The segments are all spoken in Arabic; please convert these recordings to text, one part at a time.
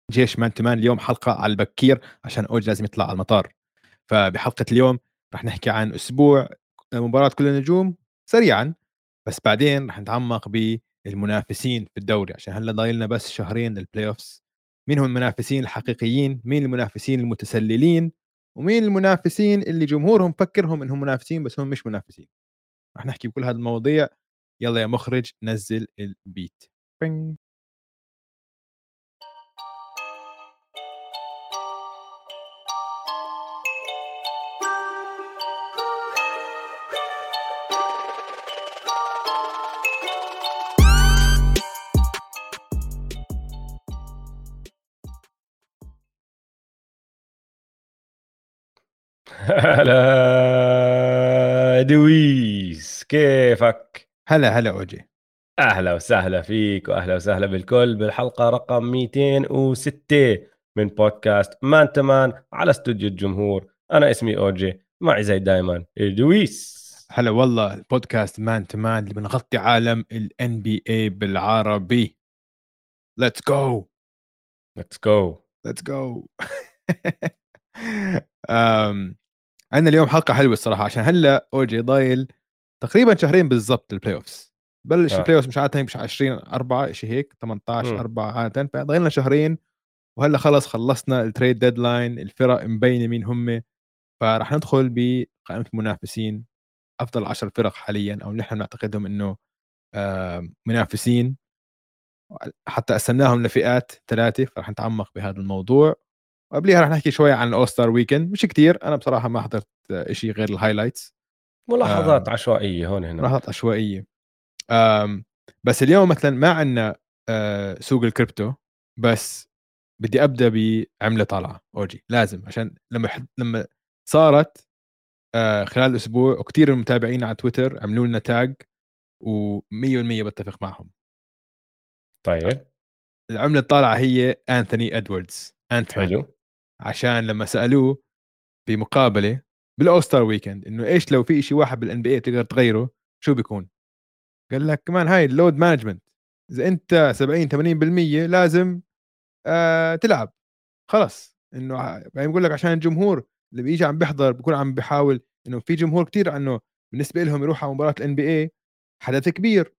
جيش مان تمان اليوم حلقة على البكير عشان أوج لازم يطلع على المطار. فبحلقة اليوم رح نحكي عن أسبوع مباراة كل النجوم سريعا، بس بعدين رح نتعمق بالمنافسين في الدوري عشان هلا ضايلنا بس شهرين للبلاي اوفس. مين هم المنافسين الحقيقيين، مين المنافسين المتسللين، ومين المنافسين اللي جمهورهم فكرهم انهم منافسين بس هم مش منافسين. رح نحكي بكل هذه المواضيع. يلا يا مخرج نزل البيت. بينج. هلا دويس، كيفك؟ هلا هلا اوجي. أهلا وسهلا فيك وأهلا وسهلا بالكل بالحلقة رقم 206 من بودكاست مان تمان على استوديو الجمهور. أنا اسمي أوجي، معي زي دايما دويس. هلا والله، البودكاست مان تمان اللي بنغطي عالم ال NBA بالعربي. Let's go. Let's go. Let's go. عندنا اليوم حلقة حلوة الصراحة عشان هلا اوجي ضايل تقريبا شهرين بالضبط البلاي اوفس. بلش البلاي اوفس مش عادة مش 20/4 شيء هيك 18 مم. 4 عادة، فضايلنا شهرين وهلا خلص خلصنا التريد ديدلاين، الفرق مبينة مين هم. فراح ندخل بقائمة المنافسين، افضل 10 فرق حاليا او نحن نعتقدهم انه منافسين. حتى قسمناهم لفئات ثلاثة، فرح نتعمق بهذا الموضوع. وقبليها رح نحكي شوي عن الأوستار ويكند، مش كتير، أنا بصراحة ما حضرت إشي غير الهايلايتس. ملاحظات عشوائية هون ملاحظات هناك. عشوائية. بس اليوم مثلا ما عندنا سوق الكريبتو، بس بدي أبدأ بعملة طالعة أوجي لازم، عشان لما صارت خلال الأسبوع، وكتير من المتابعين على تويتر عملوا لنا تاج، و100% بتفق معهم. طيب. العملة الطالعة هي أنثوني إدواردز، أنت مان. حلو. عشان لما سألوه بمقابلة بالأوستار ويكند إنه إيش لو في إشي واحد بالان بي اي تقدر تغيره، شو بيكون؟ قال لك كمان هاي اللود مانجمنت. إذا أنت 70 80% لازم تلعب خلص. إنه يعني بقول لك عشان الجمهور اللي بيجي عم بيحضر بكون عم بيحاول، إنه في جمهور كتير عنه بالنسبة لهم يروح على مباراة الان بي اي حدث كبير،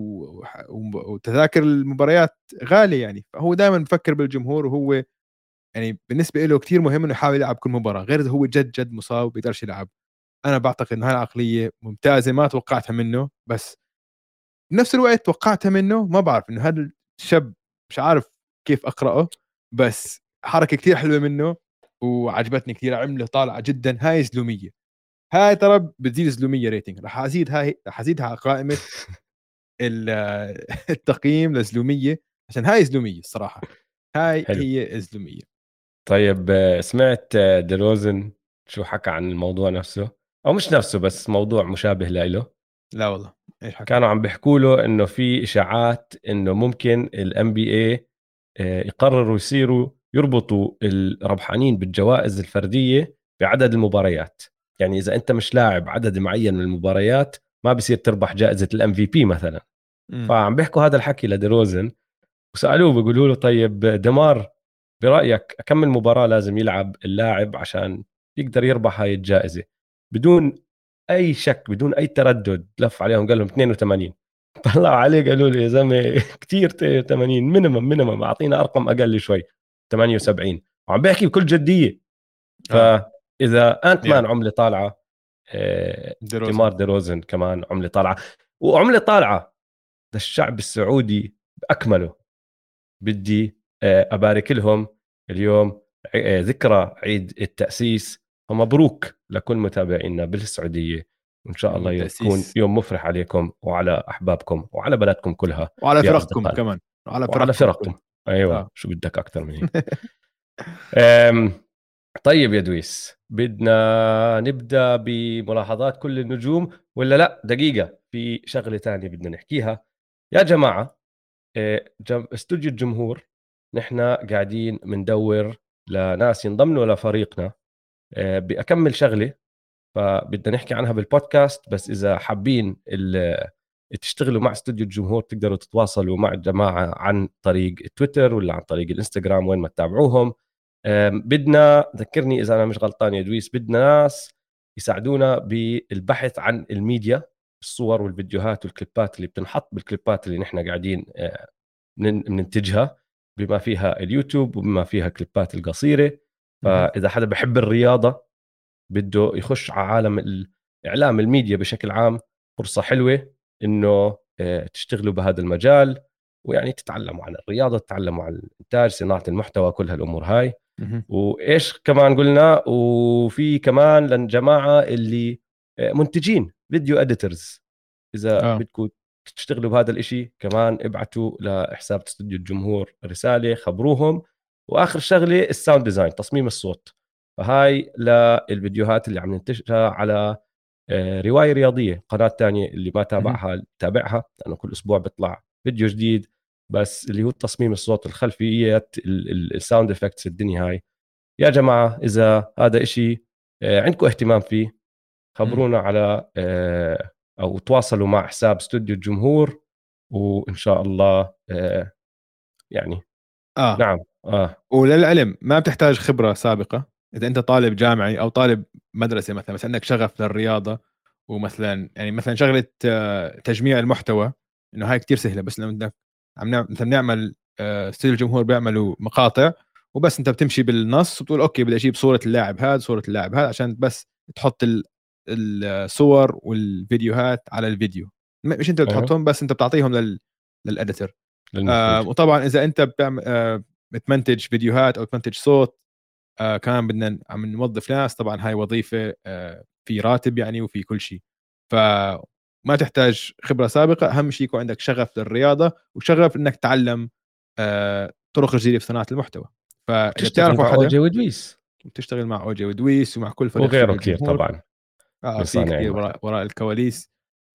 وتذاكر المباريات غالية يعني. فهو دائما بفكر بالجمهور، وهو يعني بالنسبه له كتير مهم انه يحاول يلعب كل مباراه، غير اذا هو جد جد مصاب بيقدرش يلعب. انا بعتقد انه هاي العقليه ممتازه، ما توقعتها منه، بس بنفس الوقت توقعتها منه. ما بعرف انه هذا الشاب، مش عارف كيف اقراه، بس حركه كتير حلوه منه وعجبتني كثير. عمله طالعه جدا، هاي زلوميه. هاي ترى بتزيد زلوميه ريتنج، رح ازيد هاي، رح ازيدها على قائمه ال- التقييم لزلوميه، عشان هاي زلوميه الصراحه. هاي حلو. هي زلوميه. طيب، سمعت ديروزن شو حكى عن الموضوع نفسه، او مش نفسه بس موضوع مشابه له؟ لا والله، ايش حكى؟ كانوا عم بيحكوا له انه في اشاعات انه ممكن الام بي اي يقرروا يصيروا يربطوا الربحانين بالجوائز الفرديه بعدد المباريات. يعني اذا انت مش لاعب عدد معين من المباريات ما بصير تربح جائزه الام في بي مثلا. امم فعم بيحكوا هذا الحكي لديروزن، وسالوه بيقولوا له طيب دمار، برايك كم المباراه لازم يلعب اللاعب عشان يقدر يربح هاي الجائزه؟ بدون اي شك بدون اي تردد لف عليهم قال لهم 82. طلعوا عليه قالوا له يا زلمه كثير، 80 مينيمم اعطينا ارقم اقل شوي. 78. وعم بيحكي بكل جديه. اه فاذا انت يا مان عمله طالعه، ديروزن. ديمار ديروزن كمان عمله طالعه، وعمله طالعه للشعب السعودي باكمله. بدي أبارك لهم اليوم، ذكرى عيد التأسيس، فمبروك لكل متابعينا بالسعودية، وإن شاء يوم الله يكون التأسيس. يوم مفرح عليكم وعلى أحبابكم وعلى بلدكم كلها وعلى يا فرقكم أصدقائي. كمان، وعلى وعلى فرقكم كلها. فرقكم. أيوة، اه. شو بدك أكثر من هيك. أم، طيب يا دويس، بدنا نبدأ بملاحظات كل النجوم ولا لا؟ دقيقة، في شغلة تانية بدنا نحكيها يا جماعة. استوديو الجمهور، نحن قاعدين مندور لناس ينضموا لفريقنا بأكمل شغلة، فبدنا نحكي عنها بالبودكاست. بس إذا حابين تشتغلوا مع استوديو الجمهور تقدروا تتواصلوا مع الجماعة عن طريق تويتر ولا عن طريق الانستغرام وين ما تتابعوهم. بدنا ذكرني إذا أنا مش غلطان يا دويس، بدنا ناس يساعدونا بالبحث عن الميديا، الصور والفيديوهات والكليبات اللي بتنحط بالكليبات اللي نحن قاعدين ننتجها، بما فيها اليوتيوب وبما فيها كليبات القصيرة. فإذا حدا بحب الرياضة بده يخش على عالم الإعلام الميديا بشكل عام، فرصة حلوة إنه تشتغلوا بهذا المجال، ويعني تتعلموا عن الرياضة، تتعلموا عن الإنتاج، صناعة المحتوى، كل هالأمور هاي. وإيش كمان قلنا، وفي كمان للجماعة اللي منتجين فيديو اديتورز، إذا بدكم تشتغلوا بهذا الاشي كمان ابعتوا لحساب استوديو الجمهور رسالة خبروهم. وآخر شغلة الساوند ديزاين، تصميم الصوت، فهاي للفيديوهات اللي عم ننتجها على رواية رياضية، قناة تانية اللي ما تابعها لأنه كل أسبوع بيطلع فيديو جديد، بس اللي هو تصميم الصوت، الخلفيات، الساوند افكتس، الدنيا هاي. يا جماعة إذا هذا إشي عندكم اهتمام فيه خبرونا على أو تواصلوا مع حساب استوديو الجمهور، وإن شاء الله يعني نعم. وللعلم ما بتحتاج خبرة سابقة. إذا أنت طالب جامعي أو طالب مدرسة مثلا، بس عندك شغف للرياضة، ومثلا يعني مثلا شغلة تجميع المحتوى، إنه هاي كتير سهلة. بس لما بدك مثلا نعمل استوديو الجمهور بيعملوا مقاطع، وبس أنت بتمشي بالنص وبتقول أوكي بدي أجيب صورة اللاعب هذا، صورة اللاعب هذا، عشان بس تحط الصور والفيديوهات على الفيديو. مش أنت بتحطهم، بس أنت بتعطيهم للأديتور. وطبعا إذا أنت بتعمل بتمنتج فيديوهات او تمنتج صوت، كمان بدنا عم نوظف ناس. طبعا هاي وظيفه في راتب يعني وفي كل شيء، فما تحتاج خبره سابقه. اهم شيء يكون عندك شغف للرياضه وشغف انك تتعلم طرق جديده في صناعه المحتوى. فاذا بتعرفوا حدا، اوجي ودويس، بتشتغل مع اوجي ودويس ومع كل فريق وغيره كثير طبعا في كثير وراء الكواليس.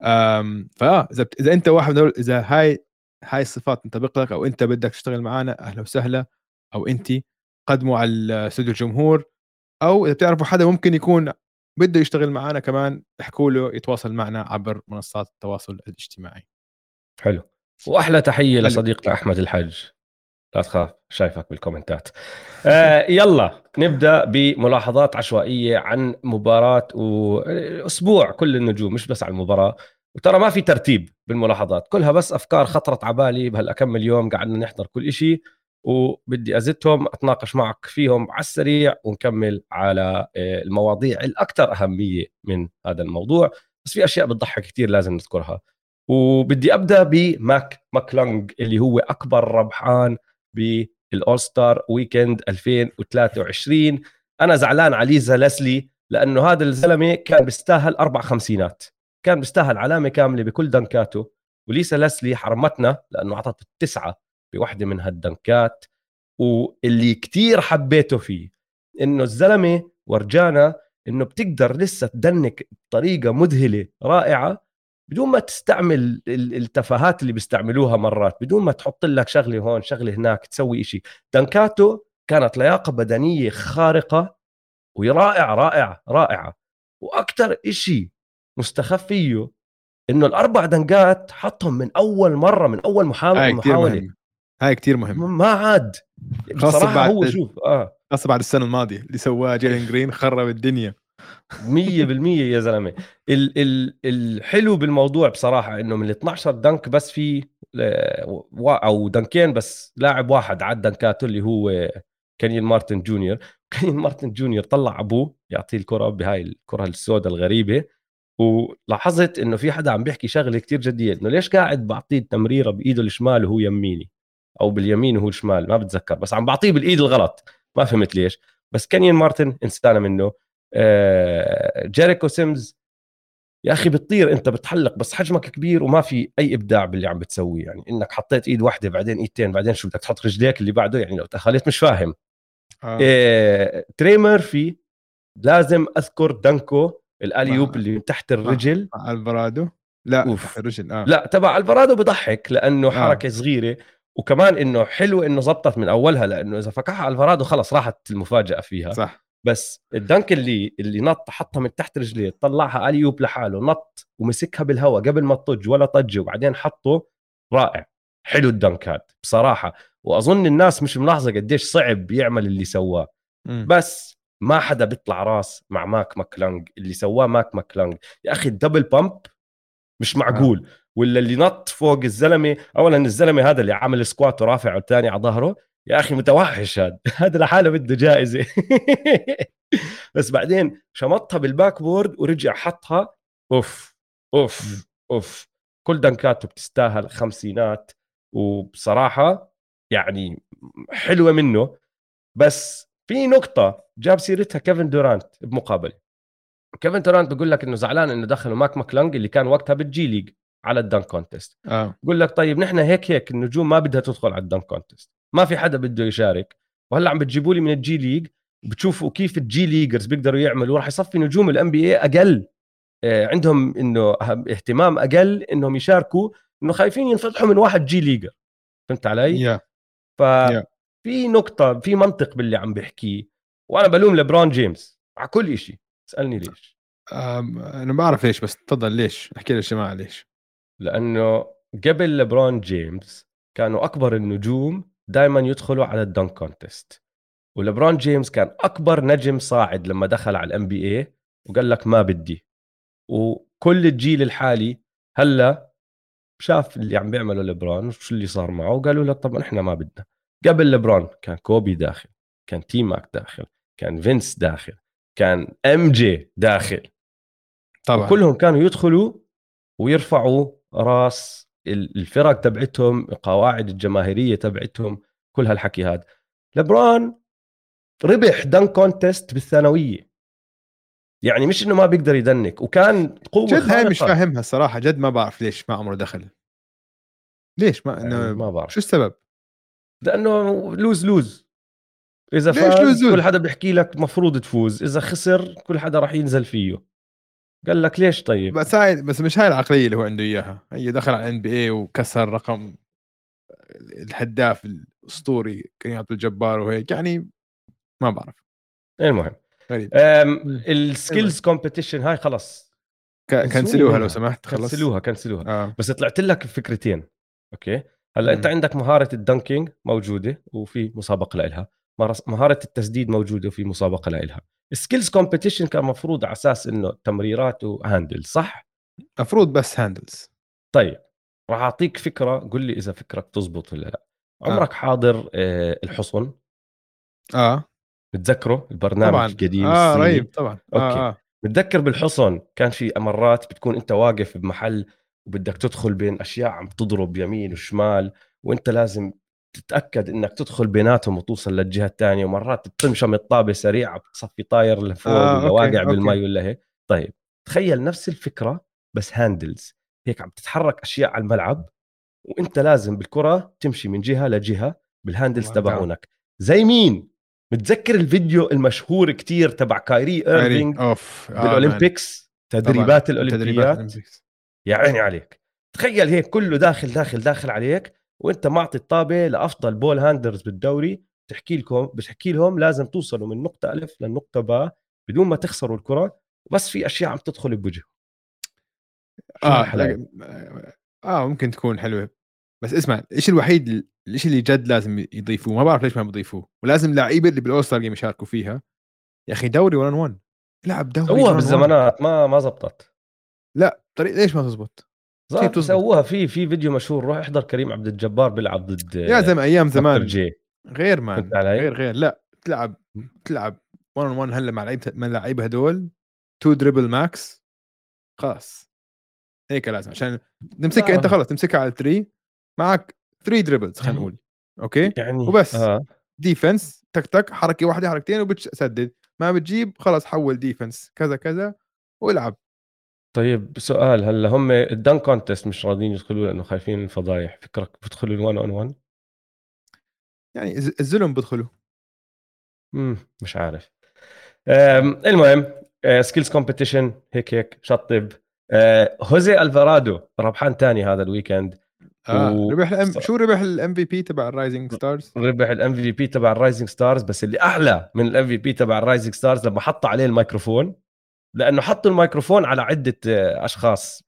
اذا انت واحد من اذا هاي الصفات تنطبق لك، او انت بدك تشتغل معنا، اهلا وسهلا. او انت قدموا على استوديو الجمهور، او اذا بتعرفوا حدا ممكن يكون بده يشتغل معنا كمان، احكوا له يتواصل معنا عبر منصات التواصل الاجتماعي. حلو. واحلى تحيه لصديقنا احمد الحج، لا تخاف شايفك بالكومنتات. يلا نبدا بملاحظات عشوائيه عن مباراه واسبوع كل النجوم، مش بس عن المباراه. وترى ما في ترتيب بالملاحظات، كلها بس افكار خطرت على بالي بهالكم اليوم قعدنا نحضر كل إشي، وبدي ازتهم اتناقش معك فيهم على السريع، ونكمل على المواضيع الاكثر اهميه من هذا الموضوع. بس في اشياء بتضحك كثير لازم نذكرها. وبدي ابدا بماك ماكلونج اللي هو اكبر ربحان بالاول ستار ويكند 2023. انا زعلان على ليزا لاسلي، لانه هذا الزلمه كان بيستاهل 4 خمسينات، كان بيستاهل علامه كامله بكل دنكاته. وليسا لاسلي حرمتنا لانه اعطت 9 بوحده من هالدنكات. واللي كتير حبيته فيه انه الزلمه ورجانا انه بتقدر لسه تدنك بطريقه مذهله رائعه، بدون ما تستعمل التفاهات اللي بيستعملوها مرات، بدون ما تحط لك شغله هون شغله هناك تسوي إشي. دنكاته كانت لياقه بدنيه خارقه، ورائعه رائعه رائعه. واكثر إشي مستخف فيه انه الاربع دنكات حطهم من اول مره، من اول محاوله. هاي كتير مهم. ما عاد بصراحه هو شوف خاصة بعد السنة الماضية اللي سواه جيلين جرين، خرب الدنيا 100% يا زلمة. الحلو بالموضوع بصراحة انه من ال 12 دنك بس في او دنكين بس لاعب واحد عاد دنكاته، اللي هو كانيان مارتن جونيور. كانيان مارتن جونيور طلع ابوه يعطيه الكرة بهاي الكرة السوداء الغريبة، ولاحظت انه في حدا عم بيحكي شغلة كتير جدية، انه ليش قاعد بعطيه التمريرة بايده الشمال وهو يميني، او باليمين وهو الشمال، ما بتذكر، بس عم بعطيه بالايد الغلط، ما فهمت ليش. بس كانيان مارتن انسانة منه. جيريكو سيمز يا اخي بتطير انت، بتحلق، بس حجمك كبير وما في اي ابداع باللي عم بتسويه. يعني انك حطيت ايد واحده بعدين ايدتين بعدين شو بدك تحط رجليك اللي بعده، يعني لو تخليت مش فاهم. تري ميرفي لازم اذكر دنكو الاليوب اللي من تحت الرجل. الفارادو لا تحت الرجل لا تبع الفارادو بضحك لانه حركه صغيره، وكمان انه حلو انه زبطت من اولها، لانه اذا فكحها الفارادو خلص راحت المفاجاه فيها. صح. بس الدنك اللي نط حطها من تحت رجليه، طلعها اليوب لحاله، نط ومسكها بالهواء قبل ما تطج ولا طجه وبعدين حطه. رائع، حلو الدنكات بصراحه. واظن الناس مش ملاحظه قديش صعب يعمل اللي سواه. بس ما حدا بيطلع راس مع ماك ماكلانج اللي سواه ماك ماكلانج. يا اخي الدبل بامب مش معقول. ولا اللي نط فوق الزلمه، اولا الزلمه هذا اللي عامل سكوات ورافع الثاني على ظهره، يا اخي متوحش هذا هذا لحاله بده جائزه. بس بعدين شمطها بالباك بورد ورجع حطها. اوف اوف اوف. كل دنكاته بتستاهل خمسينات. وبصراحه يعني حلوه منه. بس في نقطه جاب سيرتها كيفن دورانت بمقابله. كيفن دورانت بيقول لك انه زعلان انه دخلوا ماك ماكلانج اللي كان وقتها بالجي ليج على الدنك كونتست. بقول لك طيب نحن هيك النجوم ما بدها تدخل على الدنك كونتست، ما في حدا بده يشارك، وهلا عم بتجيبوا لي من الجي ليج. بتشوفوا كيف الجي ليجرز بيقدروا يعملوا، راح يصفي نجوم الام بي اي اقل. عندهم انه اهتمام اقل انهم يشاركوا، انه خايفين ينفتحوا من واحد جي ليجر. فهمت علي؟ يا ففي نقطة، في منطق باللي عم بحكيه. وانا بلوم لبرون جيمس على كل إشي. اسألني ليش. انا بعرف ليش، بس تفضل ليش، احكي للجماعه ليش. لانه قبل لبرون جيمس كانوا اكبر النجوم دائما يدخلوا على الدنك كونتست. ولبرون جيمس كان اكبر نجم صاعد لما دخل على الام بي اي وقال لك ما بدي. وكل الجيل الحالي هلا شاف اللي عم بيعمله لبرون وشو اللي صار معه، وقالوا له طبعا احنا ما بدنا. قبل لبرون كان كوبي داخل، كان تي ماك داخل، كان فينس داخل، كان ام جي داخل. طبعا وكلهم كانوا يدخلوا ويرفعوا راس الفرق تبعتهم، القواعد الجماهيرية تبعتهم، كل هالحكي هذا. لبران ربح دنك كونتست بالثانوية، يعني مش انه ما بيقدر يدنك، وكان قوة جد هاي مش خارقة. فاهمها الصراحه، جد ما بعرف ليش ما عمره دخل. ليش ما يعني انه ما بعرف، شو السبب؟ لانه لوز لوز. اذا ليش فاز كل لزوز؟ حدا بيحكي لك مفروض تفوز، اذا خسر كل حدا راح ينزل فيه. قال لك ليش طيب. بس مش هاي العقليه اللي هو عنده اياها. هي دخل على ان بي اي وكسر رقم الهداف الاسطوري كريم عبد الجبار وهيك يعني. ما بعرف. المهم غريب. السكيلز كومبيتيشن هاي خلص انسوني كنسلوها لو منها، سمحت، خلص. كنسلوها. اه بس طلعت لك فكرتين. اوكي، هلا انت مم. عندك مهاره الدنكينج موجوده وفي مسابقه لها، مهاره التسديد موجوده وفي مسابقه لها. السكيلز كومبيتيشن كان مفروض على اساس انه تمريرات وهاندل، صح؟ مفروض بس هاندلز. طيب راح اعطيك فكره، قل لي اذا فكرك تزبط ولا لا. اه عمرك حاضر الحصن؟ اه بتذكره البرنامج طبعا، القديم الصيني؟ رهيب طبعا، اوكي. بتذكر بالحصن كان في مرات بتكون انت واقف بمحل وبدك تدخل بين اشياء عم تضرب يمين وشمال، وانت لازم تتاكد انك تدخل بيناتهم وتوصل للجهه الثانيه، ومرات بتنشم الطابه سريعه بتصفي طاير لفوق ولا اوكي واقع اوكي. بالمي ولا هيك. طيب تخيل نفس الفكره بس هاندلز. هيك عم تتحرك اشياء على الملعب، وانت لازم بالكره تمشي من جهه لجهه بالهاندلز والله داون. تبعونك. زي مين؟ متذكر الفيديو المشهور كتير تبع كايري كايري ايرفينج اوف مان. بالاولمبيكس، طبعا تدريبات تدريبات الاولمبيات؟ الاولمبيكس. يا عيني عليك. تخيل هيك كله داخل داخل داخل عليك، وانت معطي الطابه لافضل بول هاندرز بالدوري، بتحكي لهم لازم توصلوا من نقطه الف للنقطه باء بدون ما تخسروا الكره، بس في اشياء عم تدخل بوجهه. شو هالحلاوه. لكن ممكن تكون حلوه. بس اسمع، الشيء الوحيد، الشيء اللي جد لازم يضيفوه، ما بعرف ليش ما بيضيفوه، ولازم اللعيبه اللي بالاوستر جيم يشاركوا فيها. يا اخي دوري 1 1، العب دوري سووها 1 1. بالزمانات ما زبطت. لا طريق ليش ما تزبط؟ كيف تزبط؟ سووها في فيديو مشهور، روح احضر كريم عبد الجبار بيلعب ضد يا زلمه ايام دكتور زمان. جي. غير فهمت مان، علي؟ غير لا تلعب 1 1 هلا مع لعيبه، من اللعيبه هدول 2 دريبل ماكس. خلاص هيك لازم عشان تمسكها انت، لا خلص تمسكها على 3. معك 3 دريبلز خلينا يعني نقول. اوكي يعني وبس. ديفنس تك تك، حركه واحده حركتين وبتسدد. ما بتجيب خلاص حول ديفنس كذا كذا والعب. طيب سؤال، هلا هم الدان كونتست مش راضيين يدخلوا لانه خايفين من الفضايح، فكرك بدخلوا ال1 اون 1؟ يعني الزلم بدخلوا. مش عارف. المهم سكيلز كومبيتيشن هيك شطب. هوزي الفارادو ربحان تاني هذا الويكند. شو ربح الام في بي تبع الرايزنج ستارز؟ ربح الام في بي تبع الرايزنج ستارز. بس اللي احلى من الام في بي تبع الرايزنج ستارز لما حط عليه الميكروفون، لانه حطوا الميكروفون على عده اشخاص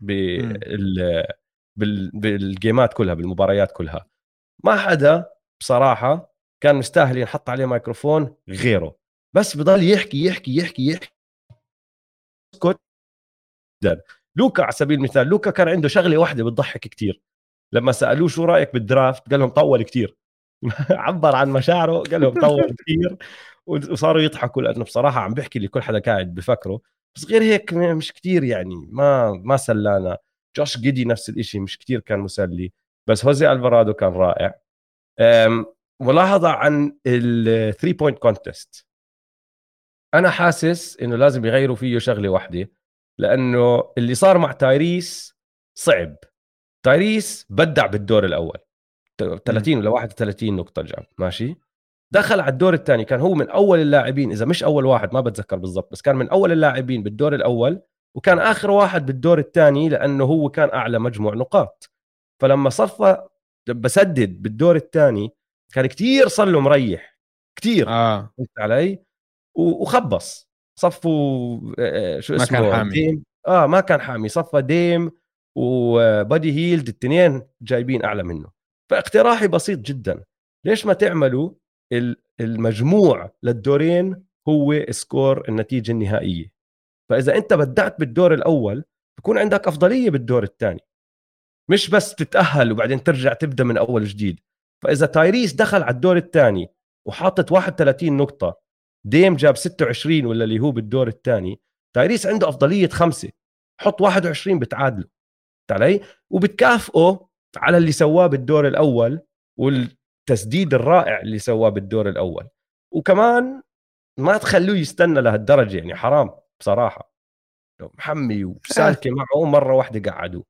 بالجيمات كلها، بالمباريات كلها. ما حدا بصراحه كان مستاهل ينحط عليه ميكروفون غيره، بس بضل يحكي يحكي يحكي يحكي. اسكت. لوكا على سبيل المثال، لوكا كان عنده شغله واحده بتضحك كتير. لما سالوه شو رايك بالدرافت قال لهم طول كتير. عبر عن مشاعره، قال لهم طول كثير. وصاروا يضحكوا لانه بصراحه عم بحكي اللي كل حدا قاعد بفكره. بس غير هيك مش كتير يعني، ما سلانا. جوش جيدي نفس الاشي، مش كتير كان مسلي. بس هوزي الفارادو كان رائع. ملاحظه عن الثري بوينت كونتست، انا حاسس انه لازم يغيروا فيه شغله واحده، لانه اللي صار مع تايريس صعب. تايريس بدع بالدور الاول 30 ولا 31 نقطه جاب ماشي. دخل على الدور الثاني، كان هو من اول اللاعبين، اذا مش اول واحد ما بتذكر بالضبط، بس كان من اول اللاعبين بالدور الاول، وكان اخر واحد بالدور الثاني لانه هو كان اعلى مجموع نقاط. فلما صفى بسدد بالدور الثاني كان كتير صار له مريح كتير. اه فهمت علي؟ وخبص صفوا شو ما كان اسمه حامي. ديم. ما كان حامي، صفى ديم وبادي هيلد، الاثنين جايبين اعلى منه. فاقتراحي بسيط جدا، ليش ما تعملوا المجموع للدورين هو سكور النتيجة النهائية؟ فإذا أنت بدعت بالدور الأول بكون عندك أفضلية بالدور الثاني، مش بس تتأهل وبعدين ترجع تبدأ من أول جديد. فإذا تايريس دخل على الدور الثاني وحاطت 31 نقطة، ديم جاب 26 ولا اللي هو بالدور الثاني، تايريس عنده أفضلية 5. حط 21 بتعادله علي، وبتكافئه على اللي سواه بالدور الأول والتسديد الرائع اللي سواه بالدور الأول. وكمان ما تخلوه يستنى لهالدرجة، يعني حرام بصراحة. لو محمي آه. وسالكة معه مرة واحدة قعدوه.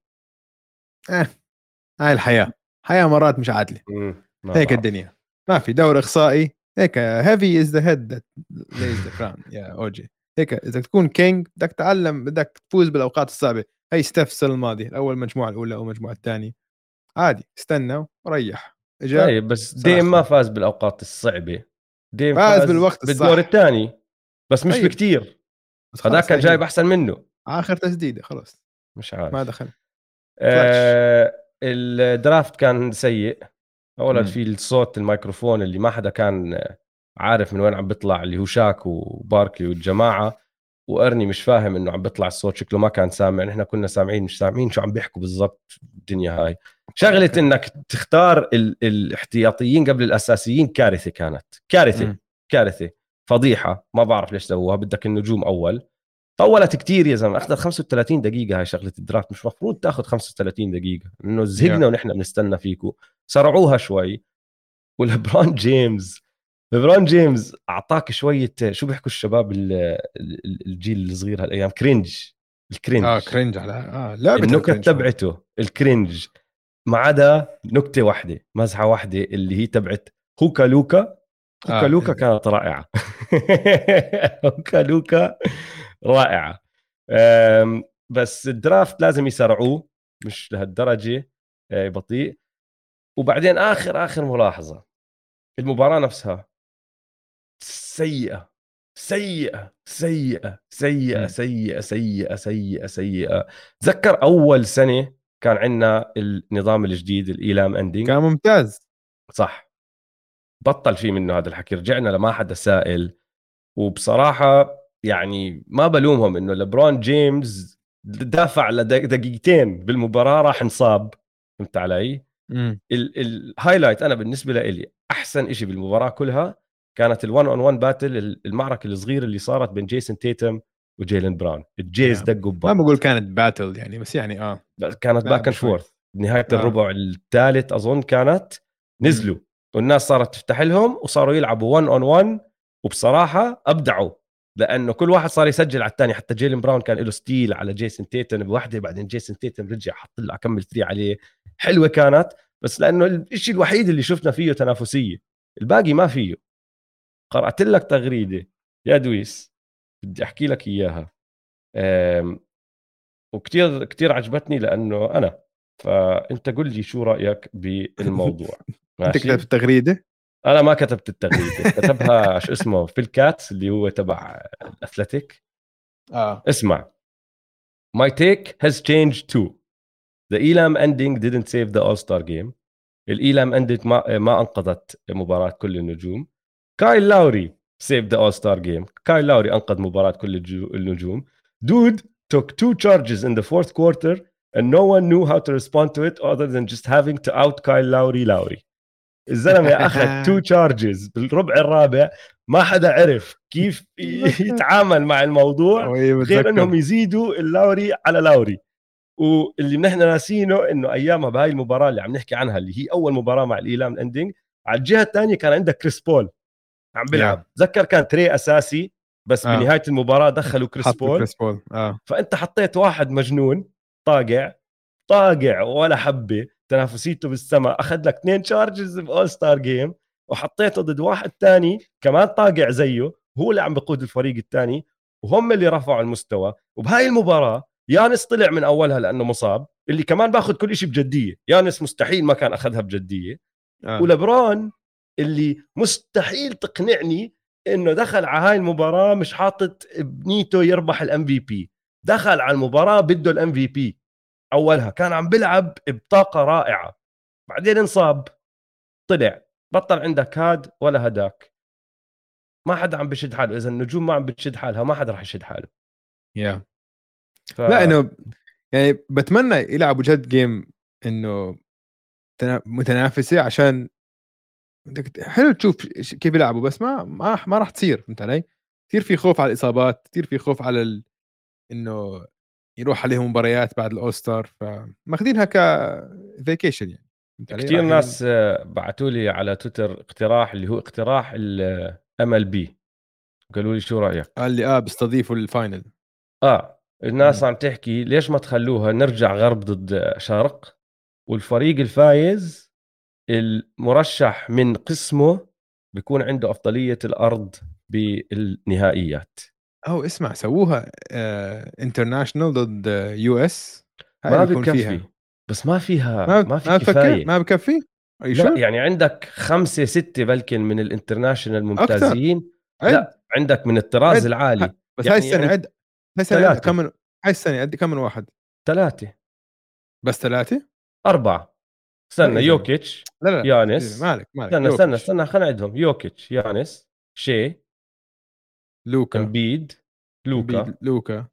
آه. هاي الحياه، حياه مرات مش عادله. ما هيك بعرف. الدنيا، ما في دور اقصائي هيك. هيفي از ذا هيد ذات ليز ذا كراون يا اوجي. هيك اذا تكون كينج بدك تتعلم، بدك تفوز بالاوقات الصعبه. هي ستيف السنه الماضيه الاول المجموعه الاولى او المجموعه الثانيه، عادي استنى وريح. اجا طيب بس ديم ما سلخهم، فاز بالأوقات الصعبة، ديم فاز فاز بالوقت بالدور الصح. الثاني بس مش طيب بكتير. بس هذاك خلص، كان هاي جايب هي أحسن منه. اخر تسديده خلص، مش ما عارف. دخل. كلتش. الدرافت كان سيء. اولا امم في الصوت الميكروفون اللي ما حدا كان عارف من وين عم بيطلع، اللي هو شاك وباركلي والجماعه. وارني مش فاهم انه عم بيطلع الصوت، شكله ما كان سامع. نحن كنا سامعين مش سامعين شو عم بيحكوا بالضبط. الدنيا هاي شغله كانت انك تختار الاحتياطيين قبل الاساسيين، كارثه كانت كارثه. امم كارثه، فضيحه. ما بعرف ليش سووها، بدك النجوم اول. طولت كتير يا زلمه، اخذت 35 دقيقه. هاي شغله الدرافت مش مفروض تاخذ 35 دقيقه، انه يا زهقنا ونحن بنستنى فيكم. سرعوها شوي. ولبرون جيمس، لبرون جيمس اعطاك شويه شو بيحكوا الشباب الجيل الصغير هالايام، كرنج. الكرنج، كرنج على لعبه النكت الكرنج هو. تبعته الكرنج. ما عدا نكته واحده، مزحه واحده اللي هي تبعت هوكا لوكا. هوكا اه لوكا كانت رائعه. هوكا لوكا رائعه. بس الدرافت لازم يسرعوه، مش لهالدرجه بطيء. وبعدين اخر ملاحظه، المباراه نفسها سيئه سيئه سيئه سيئه مم. سيئه سيئه سيئه سيئه. تذكر اول سنه كان عندنا النظام الجديد الايلام اندينج؟ كان ممتاز. صح. بطل في منه هذا الحكي، رجعنا لما حدا سائل. وبصراحه يعني ما بلومهم، انه لبرون جيمس دافع لدقيقتين بالمباراه راح انصاب. فهمت علي؟ امم الهايلايت انا بالنسبه لي احسن شيء بالمباراه كلها كانت ال1 اون 1 باتل، المعركه الصغيره اللي صارت بين جيسون تيتم وجيلن براون. الجيز يا دقوا ما ببعض. بقول كانت باتل يعني، بس يعني كانت باك لعبه اند شوي. فورث. بنهايه اه الربع الثالث اظن كانت، امم نزلوا والناس صارت تفتح لهم وصاروا يلعبوا 1 اون 1. وبصراحه ابدعوا، لانه كل واحد صار يسجل على الثاني. حتى جيلن براون كان له ستيل على جيسون تيتم بوحده، بعدين جيسون تيتم رجع حط له اكمل 3 عليه. حلوه كانت. بس لانه الشيء الوحيد اللي شفنا فيه تنافسيه، الباقي ما فيه. قرأت لك تغريده يا دويس، بدي احكي لك اياها. وكتير كتير عجبتني، لانه انا فانت قل لي شو رايك بالموضوع. انت كتبت ماشي. التغريده؟ انا ما كتبت التغريده، كتبها شو اسمه في الكاتس اللي هو تبع الاثليتيك. اه. اسمع. My take has changed too. The Elam ending didn't save the All-Star game. الإيلام ended ما أنقذت مباراة كل النجوم. كايل لاوري saved the All-Star game. كايل لاوري أنقذ مباراة كل النجوم. Dude took 2 charges in the fourth quarter and no one knew how to respond to it other than just having to out Kyle لاوري. الزلمة أخذ 2 charges بالربع الرابع، ما حدا عرف كيف بتذكر. يتعامل مع الموضوع ايه غير انهم بتذكر. يزيدوا اللاوري على لاوري. واللي نحن ناسينه انه ايامها بهاي المباراه اللي عم نحكي عنها اللي هي اول مباراه مع الايلام الاندنج، على الجهه الثانيه كان عندك كريس بول عم يا بيلعب. تذكر كان تري اساسي، بس اه بنهايه المباراه دخلوا كريس حطوا بول. كريس بول. اه فانت حطيت واحد مجنون طاقع طاقع ولا حبه تنافسيته بالسماء، اخذ لك 2 تشارجز باول ستار جيم، وحطيته ضد واحد تاني كمان طاقع زيه، هو اللي عم بقود الفريق الثاني، وهم اللي رفعوا المستوى. وبهاي المباراه يانس طلع من اولها لانه مصاب، اللي كمان باخذ كل شيء بجديه. يانس مستحيل ما كان اخذها بجديه. اه ولبران اللي مستحيل تقنعني انه دخل على هاي المباراه مش حاطط بنيته يربح الام في بي. دخل على المباراه بده الام في بي. اولها كان عم بيلعب بطاقه رائعه، بعدين انصاب، طلع، بطل عندك هاد ولا هداك. ما حدا عم بشد حاله. اذا النجوم ما عم بتشد حالها ما حدا رح يشد حاله. يا ف لا انه يعني بتمنى يلعبوا جد جيم انه متنافسه، عشان حلو تشوف كيف يلعبوا، بس ما راح تصير. فهمت علي؟ كثير في خوف على الاصابات، كثير في خوف على انه يروح عليهم مباريات بعد الاول ستار، فماخذينها كفيكيشن يعني. فهمت علي؟ كتير رايحين. ناس بعثوا لي على تويتر اقتراح اللي هو اقتراح الام ال بي. قالوا لي شو رايك. قال لي بيستضيفوا الفاينل. الناس عم تحكي ليش ما تخلوها نرجع غرب ضد شرق، والفريق الفايز المرشح من قسمه بيكون عنده أفضلية الأرض بالنهائيات. او اسمع، سووها انترناشونال ضد يو اس، هاي ما بيكون بكفي، فيها. بس ما فيها، ما ما في ما بفكر كفاية. ما بكفي. اي لا شور. يعني عندك 5 6 بلكن من الانترناشنال اكثر. ممتازين. عد لا عندك من الطراز عد العالي. بس هاي يعني السنه عند عد. هاي السنه عد كم 3 من هاي السنه عد كم من واحد؟ 3 بس 3. 4. لا استنى، يا زلمه. يوكيتش، لا لا لا. يانس. مالك يوكيتش، استنى خلينا نعدهم: يوكيتش، يانس، شي، لوكا، امبيد، لوكا، امبيد، لوكا،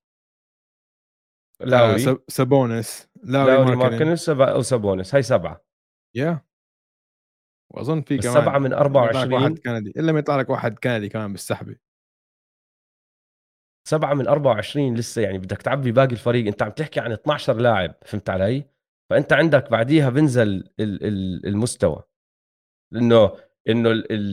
لاوري. سابونس، لاوري لاوري ماركنن. ماركنن وسابونس. هاي 7. يا واظن في بس 7 كمان من لما يطلع لك واحد 24. كندي، الا لما يطلع لك واحد كندي كمان بالسحبه. 7 من 24 لسه، يعني بدك تعبي باقي الفريق. انت عم تحكي عن 12 لاعب، فهمت علي؟ فانت عندك بعديها بنزل المستوى، لانه انه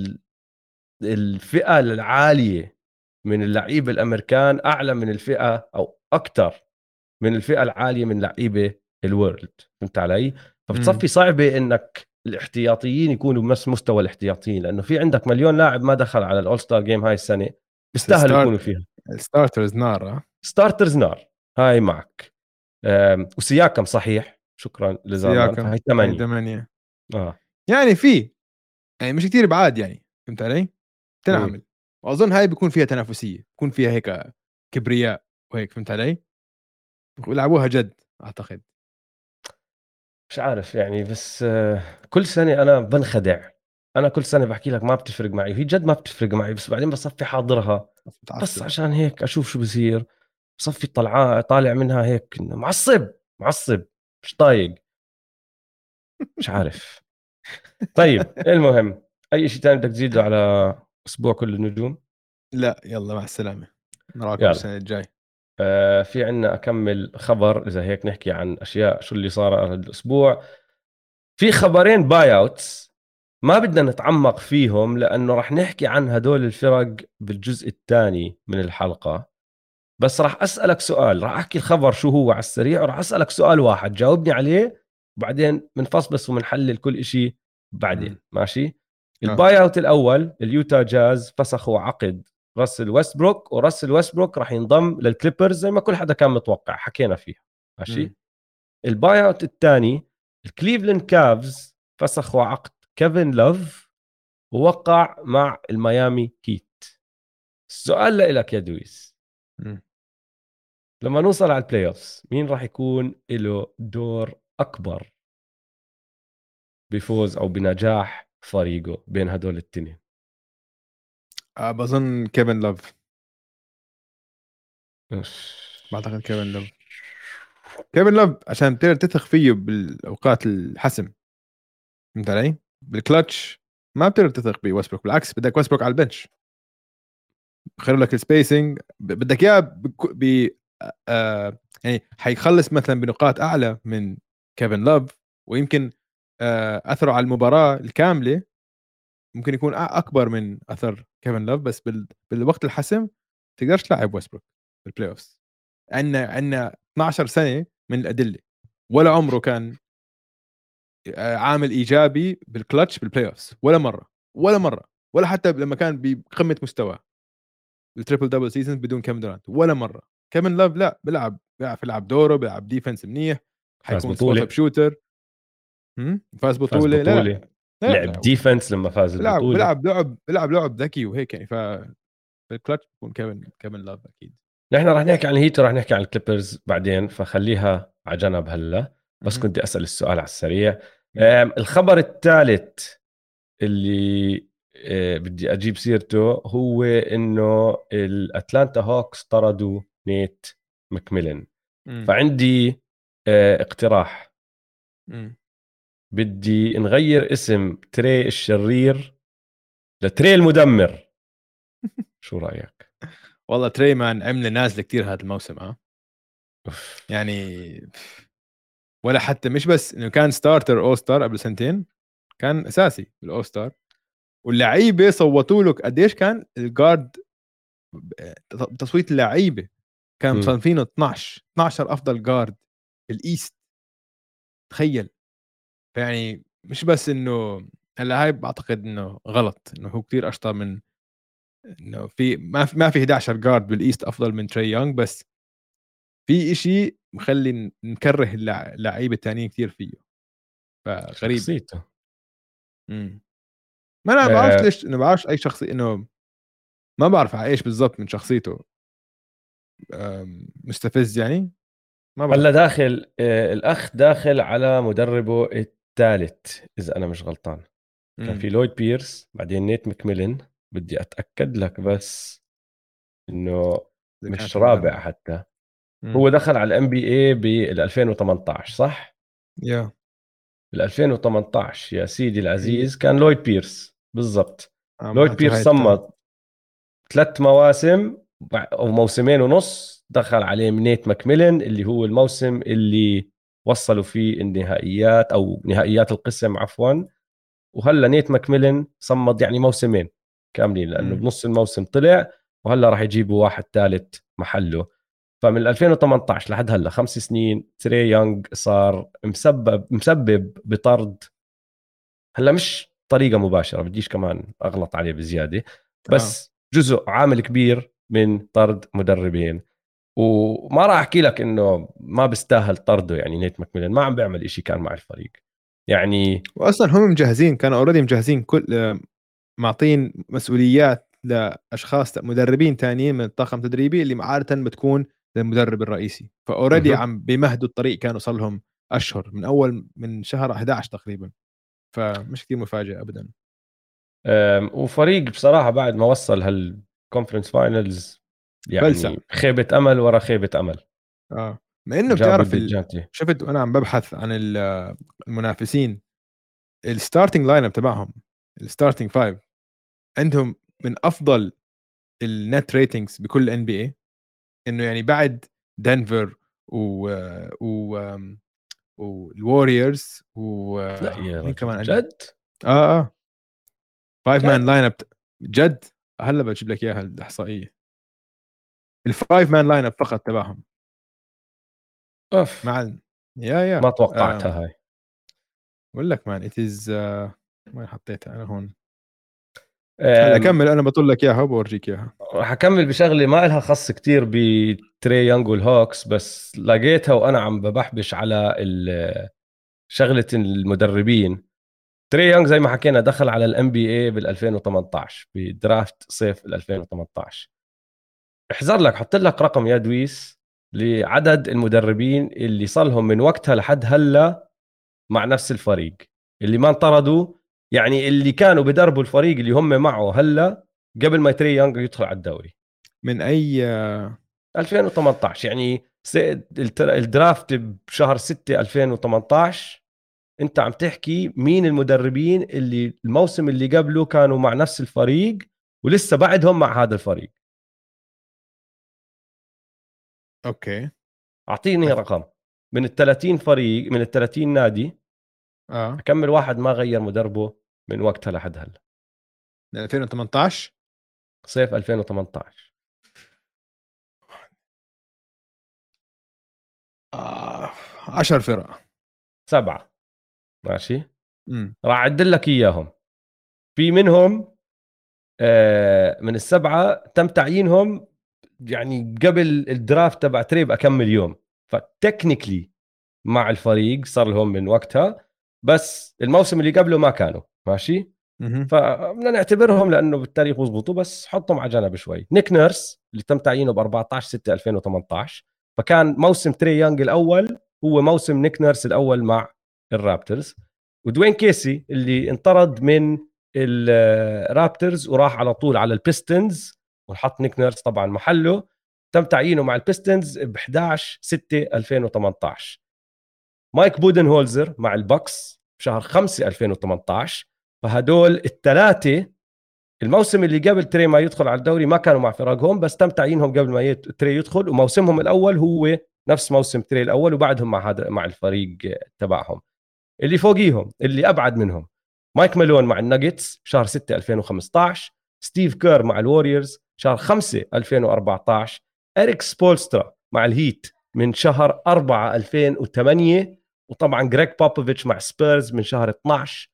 الفئه العاليه من اللعيبه الامريكان اعلى من الفئه او اكثر من الفئه العاليه من لعيبه الورلد، فهمت علي؟ امم فبتصفي صعبه انك الاحتياطيين يكونوا بنفس مستوى الاحتياطيين، لانه في عندك مليون لاعب ما دخل على الاول ستار جيم هاي السنه بس بيستاهلوا يكونوا فيها. الستارترز نار. ستارترز نار. هاي معك. وسياكم صحيح، شكرا لزارمان، سياكم فهي هاي 8. 8. اه يعني في، يعني مش كتير بعاد يعني. فهمت علي؟ مم. تنعمل. واظن هاي بيكون فيها تنافسيه، بيكون فيها هيك كبرياء وهيك. فهمت علي؟ ويلعبوها جد اعتقد. مش عارف يعني، بس كل سنه انا بنخدع. انا كل سنه بحكي لك ما بتفرق معي، هي جد ما بتفرق معي، بس بعدين بصفي حاضرها بس متعصب. عشان هيك اشوف شو بصير. بصفي طالع منها هيك إنه معصب معصب، مش طايق. مش عارف. طيب المهم، اي شيء ثاني بدك تزيده على اسبوع كل النجوم؟ لا يلا مع السلامه، نراكم يلا. السنه الجاي. في عنا أكمل خبر إذا هيك نحكي عن أشياء شو اللي صار هذا الأسبوع. في خبرين باي اوتس ما بدنا نتعمق فيهم لأنه رح نحكي عن هدول الفرق بالجزء الثاني من الحلقة. بس رح أسألك سؤال، رح أحكي الخبر شو هو على السريع، ورح أسألك سؤال واحد جاوبني عليه، وبعدين بنفصبص وبنحلل كل إشي بعدين. امم ماشي. اه الباي اوت الأول، اليوتا جاز فسخوا عقد راسل ويستبروك، وراسل ويستبروك راح ينضم للكليبرز زي ما كل حدا كان متوقع، حكينا فيها. امم ماشي. الباي اوت الثاني، الكليفلاند كافز فسخوا عقد كيفن لوف ووقع مع الميامي هيت. السؤال لك يا دويس، مم. لما نوصل على البلاي اوفز مين راح يكون له دور اكبر بفوز او بنجاح فريقه بين هدول التنين؟ بظن كيفن لوف. إيش. بعتقد كيفن لوف. كيفن لوف عشان تقدر تثق فيه بالاوقات الحسم، فهمت علي؟ بالكلتش ما بتقدر تثق بويسبروك، بالعكس بدك ويسبروك على البنش خير لك السبيسنج، بدك اياه يعني حيخلص مثلا بنقاط اعلى من كيفن لوف، ويمكن اثره على المباراه الكامله ممكن يكون اكبر من اثر كيفن لوف، بس بالوقت الحسم تقدرش تلعب ويسبروك بالبلاي اوفز. عندنا 12 سنه من الادله، ولا عمره كان عامل ايجابي بالكلتش بالبلاي اوفز، ولا مره، ولا مره، ولا حتى لما كان بقمه مستواه التريبل دبل سيزون بدون كيفن دورانت ولا مره. كيفن لوف لا، بيعرف يلعب دوره، بيلعب ديفنس منيح، فاز حيكون سبوت اب بطوله، شوتر. فاز فاز بطوله. لا بطوله، لا لا لعب لا، ديفنس لما فاز بيلعب البطوله. بيلعب لعب ذكي وهيك يعني. في الكلتش بيكون كيفن لوف اكيد. نحن راح نحكي عن الهيت وراح نحكي عن الكليبرز بعدين، فخليها على جنب هلا. بس مهم. كنت اسال السؤال على السريع. يلا. الخبر الثالث اللي بدي اجيب سيرته هو انه الاتلانتا هوكس طردوا نيت ماكميلن. مم. فعندي اقتراح، مم. بدي نغير اسم تري الشرير لتري المدمر. شو رايك؟ والله تري مان عمله نازله كتير هذا الموسم أوف. يعني. ولا حتى مش بس انه كان ستارتر او ستار قبل سنتين، كان اساسي بالاو ستار، واللعيبه صوتوا له قديش كان الجارد. تصويت اللعيبه كان مم. مصنفينه 12 افضل جارد بالايست، تخيل. يعني مش بس انه هلا هاي بعتقد انه غلط، انه هو كتير اشطر من انه ما في 11 جارد بالايست افضل من تري يونغ، بس في إشي مخلي نكره اللعيبه الثانيين كتير فيه، فغريب. شخصيته. امم ما انا ما بعرفش آه، ليش، انه ما بعرفش اي شخصيه، انه ما بعرف على ايش بالضبط من شخصيته. مستفز يعني، ما هلا بعرف. داخل الاخ داخل على مدربه الثالث اذا انا مش غلطان. كان امم في لويد بيرس، بعدين نيت ماكميلن. بدي اتاكد لك بس انه اذا كانت مش رابع المدرب. حتى. امم هو دخل على الام بي اي بال 2018 صح؟ يا بال 2018 يا سيدي هي العزيز كان لويد بيرس بالضبط. لويد معناته بيرس هاي الثالث. صمد 3 مواسم او موسمين ونص، دخل عليه نيت ماكميلن اللي هو الموسم اللي وصلوا فيه النهائيات او نهائيات القسم عفوا. وهلا نيت ماكميلن صمد يعني موسمين كاملين، لانه امم بنص الموسم طلع وهلا راح يجيبوا واحد ثالث محله. فمن 2018 لحد هلا 5 سنين تري يونغ صار مسبب بطرد. هلا مش طريقه مباشره، بديش كمان اغلط عليه بزياده، اه بس جزء عامل كبير من طرد مدربين. وما راح احكي لك انه ما بيستاهل طرده، يعني نيت ماكميلن ما عم بيعمل إشي كان مع الفريق يعني. واصلا هم مجهزين، كانوا اوريدي مجهزين كل معطين مسؤوليات لاشخاص مدربين تانيين من الطاقم التدريبي اللي عاده بتكون للمدرب الرئيسي، فاوريدي مه. عم بيمهدوا الطريق، كانوا صار لهم اشهر من اول من شهر 11 تقريبا، فمش كثير مفاجئ ابدا. وفريق بصراحه بعد ما وصل هالكونفرنس فاينلز بلسع. يعني خيبه امل ورا خيبه امل. مع انه جابوا بتعرف الدجانتي. شفت وانا عم ببحث عن المنافسين، الستارتنج لاين اب تبعهم، الستارتنج فايف عندهم من افضل النت ريتنجز بكل ان بي اي، انه يعني بعد دنفر و والوريورز لا يا ومين رجل كمان عندهم. جد. اه فايف مان جد. لاين اب جد. هلا بجيب لك اياها الاحصائيه، الفايف مان لاين اب فقط تبعهم اوف. مع يا ما توقعتها هاي. بقول لك مان ات از. وين حطيتها انا هون؟ هلا أم، كمل، انا بطل لك اياها وبورجيك اياها. راح اكمل بشغله ما لها خص كتير تري يونغ والهوكس، بس لقيتها وانا عم ببحبش على شغله المدربين. تري يونغ زي ما حكينا دخل على الام بي اي بال 2018 بدرافت صيف 2018. احذر لك، حط لك رقم يا دويس لعدد المدربين اللي صلهم من وقتها لحد هلا مع نفس الفريق، اللي ما انطردوا، يعني اللي كانوا بدربوا الفريق اللي هم معه هلا قبل ما تري يونغ يدخل على الدوري. من اي 2018 يعني الدرافت بشهر 6 2018. انت عم تحكي مين المدربين اللي الموسم اللي قبله كانوا مع نفس الفريق ولسه بعدهم مع هذا الفريق. اوكي اعطيني رقم من ال 30 فريق، من ال 30 نادي، اه اكمل واحد ما غير مدربه من وقتها لحد هلا. 2018 صيف 2018. 10 فرق. 7. ماشي، امم راح اعدل لك اياهم. في منهم من السبعه تم تعيينهم يعني قبل الدرافت تبع تريب اكمل يوم، فتكنيكلي مع الفريق صار لهم من وقتها، بس الموسم اللي قبله ما كانوا ماشي. فبدنا نعتبرهم لانه بالتاريخ بزبطوا، بس حطهم على جنب شوي. نيك نيرس اللي تم تعيينه ب 14 6 2018، فكان موسم تري يونغ الاول هو موسم نيك نيرس الاول مع الرابترز. ودوين كيسي اللي انطرد من الرابترز وراح على طول على البيستنز وحط نيك نيرس طبعا محله، تم تعيينه مع البيستنز ب 11 6 2018. مايك بودنهولزر مع البكس بشهر 5 2018. فهدول الثلاثه الموسم اللي قبل تري ما يدخل على الدوري ما كانوا مع فرقهم، بس تم تعيينهم قبل ما تري يدخل، وموسمهم الاول هو نفس موسم تري الاول، وبعدهم مع هذا مع الفريق تبعهم. اللي فوقيهم اللي ابعد منهم، مايك مالون مع الناجتس شهر 6 2015. ستيف كير مع الوريورز شهر 5 2014. اريك سبولسترا مع الهيت من شهر 4 2008. وطبعا جريج بوبوفيتش مع سبيرز من شهر 12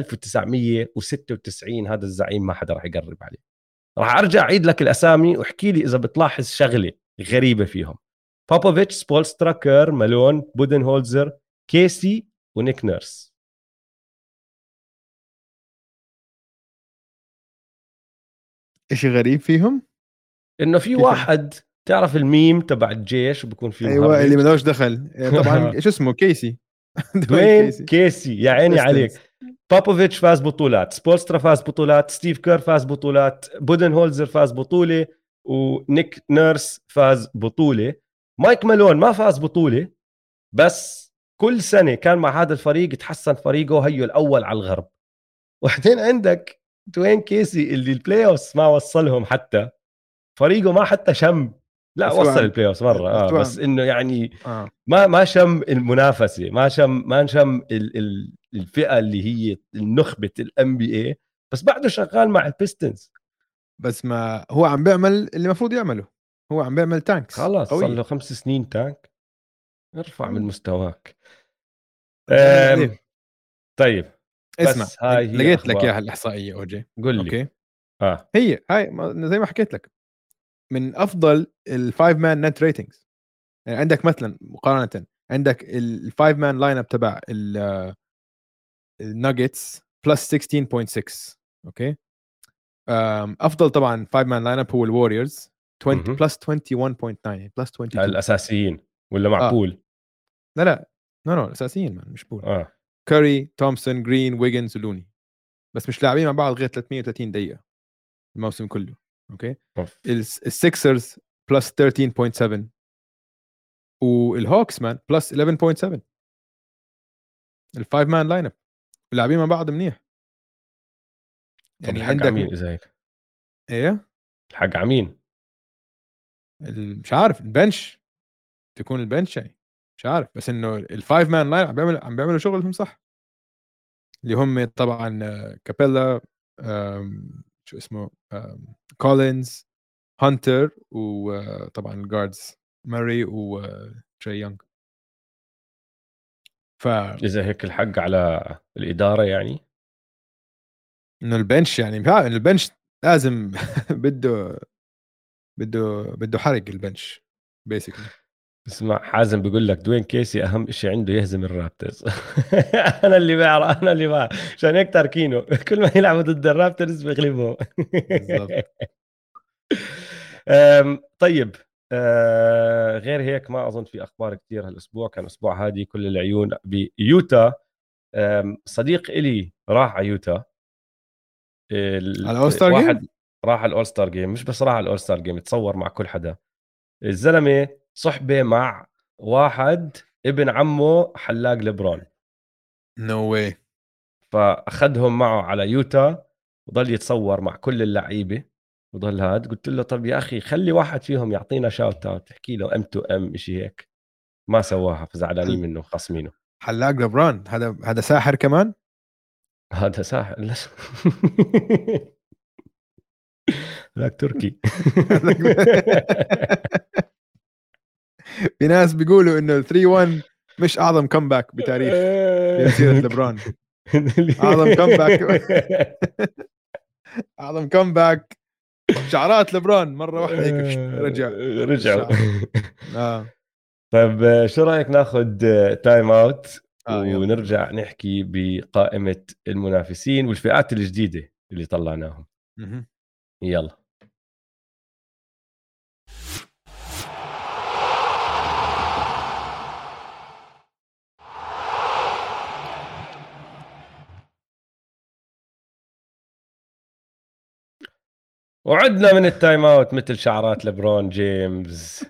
1996. هذا الزعيم ما حدا راح يقرب عليه. راح ارجع اعيد لك الاسامي واحكي لي اذا بتلاحظ شغله غريبه فيهم. بوبوفيتش، سبولسترا، كير، مالون، بودنهولزر، كيسي، ونيك نيرس. اشي غريب فيهم. انه في كيف يعني؟ واحد تعرف الميم تبع الجيش وبكون فيه ايوه اللي مهرج. ملوش دخل طبعا شو اسمه كيسي. دوين دوين كيسي كيسي، يا عيني بيستنز. عليك. بابوفيتش فاز بطولات، سبولسترا فاز بطولات، ستيف كير فاز بطولات، بودنهولزر فاز بطولة، ونيك نيرس فاز بطولة. مايك مالون ما فاز بطولة، بس كل سنة كان مع هذا الفريق تحسن فريقه، هيو الأول على الغرب. وبعدين عندك دوين كيسي اللي البلاي اوف ما وصلهم حتى، فريقه ما حتى شم. لا بس هو وصل عم البلاي اوف مره بس هو بس عم انه يعني اه ما شم المنافسه، ما شم الفئه اللي هي النخبه الام بي اي، بس بعده شغال مع البيستنز. بس ما هو عم بيعمل اللي المفروض يعمله. هو عم بيعمل تانكس خلاص صار قوية. له 5 سنين تانك. ارفع من مستواك. عم بيعمل اللي أم عليه. طيب، اسمع، بس هاي هي لقيت لك اياها اخبار. الاحصائيه اوجي. قل لي. اوكي، اه. هي زي ما حكيت لك، من افضل الفايف مان نت ريتنجز. يعني عندك مثلا مقارنه، عندك الفايف مان لاين اب تبع الناجتس بلس 16.6. اوكي، افضل طبعا فايف مان لاين اب هو الوريورز 20 مهم. بلس 21.9 يعني بلس 22. الاساسيين ولا اه معقول؟ لا لا، نو الاساسيين مش بول. اه. كاري، تومسون، جرين، ويجنز، ولوني، بس مش لاعبين مع بعض غير 330 دقيقه الموسم كله. اوكي، أوف. السكسرز بلس 13.7 والهوكس مان بلس 11.7. الفايف مان لاين اب لاعبين مع بعض منيح. طب يعني الحق عندك عمين اذا هيك؟ ايه الحق عمين؟ مش عارف البنش، تكون البنش يعني مش عارف، بس انه الفايف مان لاين عم بيعملوا شغلهم صح. اللي هم طبعا كابيلا، شو اسمه، كولينز، هانتر، وطبعا الجاردز ماري وتري يونغ. ف اذا هيك الحق على الاداره يعني. انه البنش يعني مش عارف، إنه البنش لازم بده حرق البنش. بيسكلي. اسمع، حازم بيقول لك دوين كيسي اهم شيء عنده يهزم الرابترز. انا اللي بعرف عشان هيك تاركينه. كل ما يلعبوا ضد الرابترز بيغلبهم. بالضبط. طيب، غير هيك ما اظن في اخبار كثير هالاسبوع. كان اسبوع هادي كل العيون بيوتا. صديق إلي راح على يوتا. على اول ستار جيم. واحد راح الاول ستار جيم، مش بس راح الاول ستار جيم، تصور مع كل حدا. الزلمه صحبه مع واحد ابن عمه حلاق لبرون، نو واي. فاخذهم معه على يوتا وضل يتصور مع كل اللعيبه وضل هاد. قلت له طب يا اخي خلي واحد فيهم يعطينا شاوت اوت، تحكي له ام تو ام شيء هيك. ما سواها، فزعلانين منه خصمينه. حلاق لبران هذا ساحر كمان. هذا ساحر. ذاك تركي. في ناس بيقولوا انه 3-1 مش اعظم كومباك بتاريخ بمسيره لبران. اعظم كومباك. اعظم كومباك شعرات لبران مره واحده هيك رجع رجعوا. الشعر. اه طيب شو رايك ناخذ تايم اوت يلا. ونرجع نحكي بقائمه المنافسين والفئات الجديده اللي طلعناهم. مهم. يلا. وعدنا من التايم اوت مثل شعرات لبرون جيمس.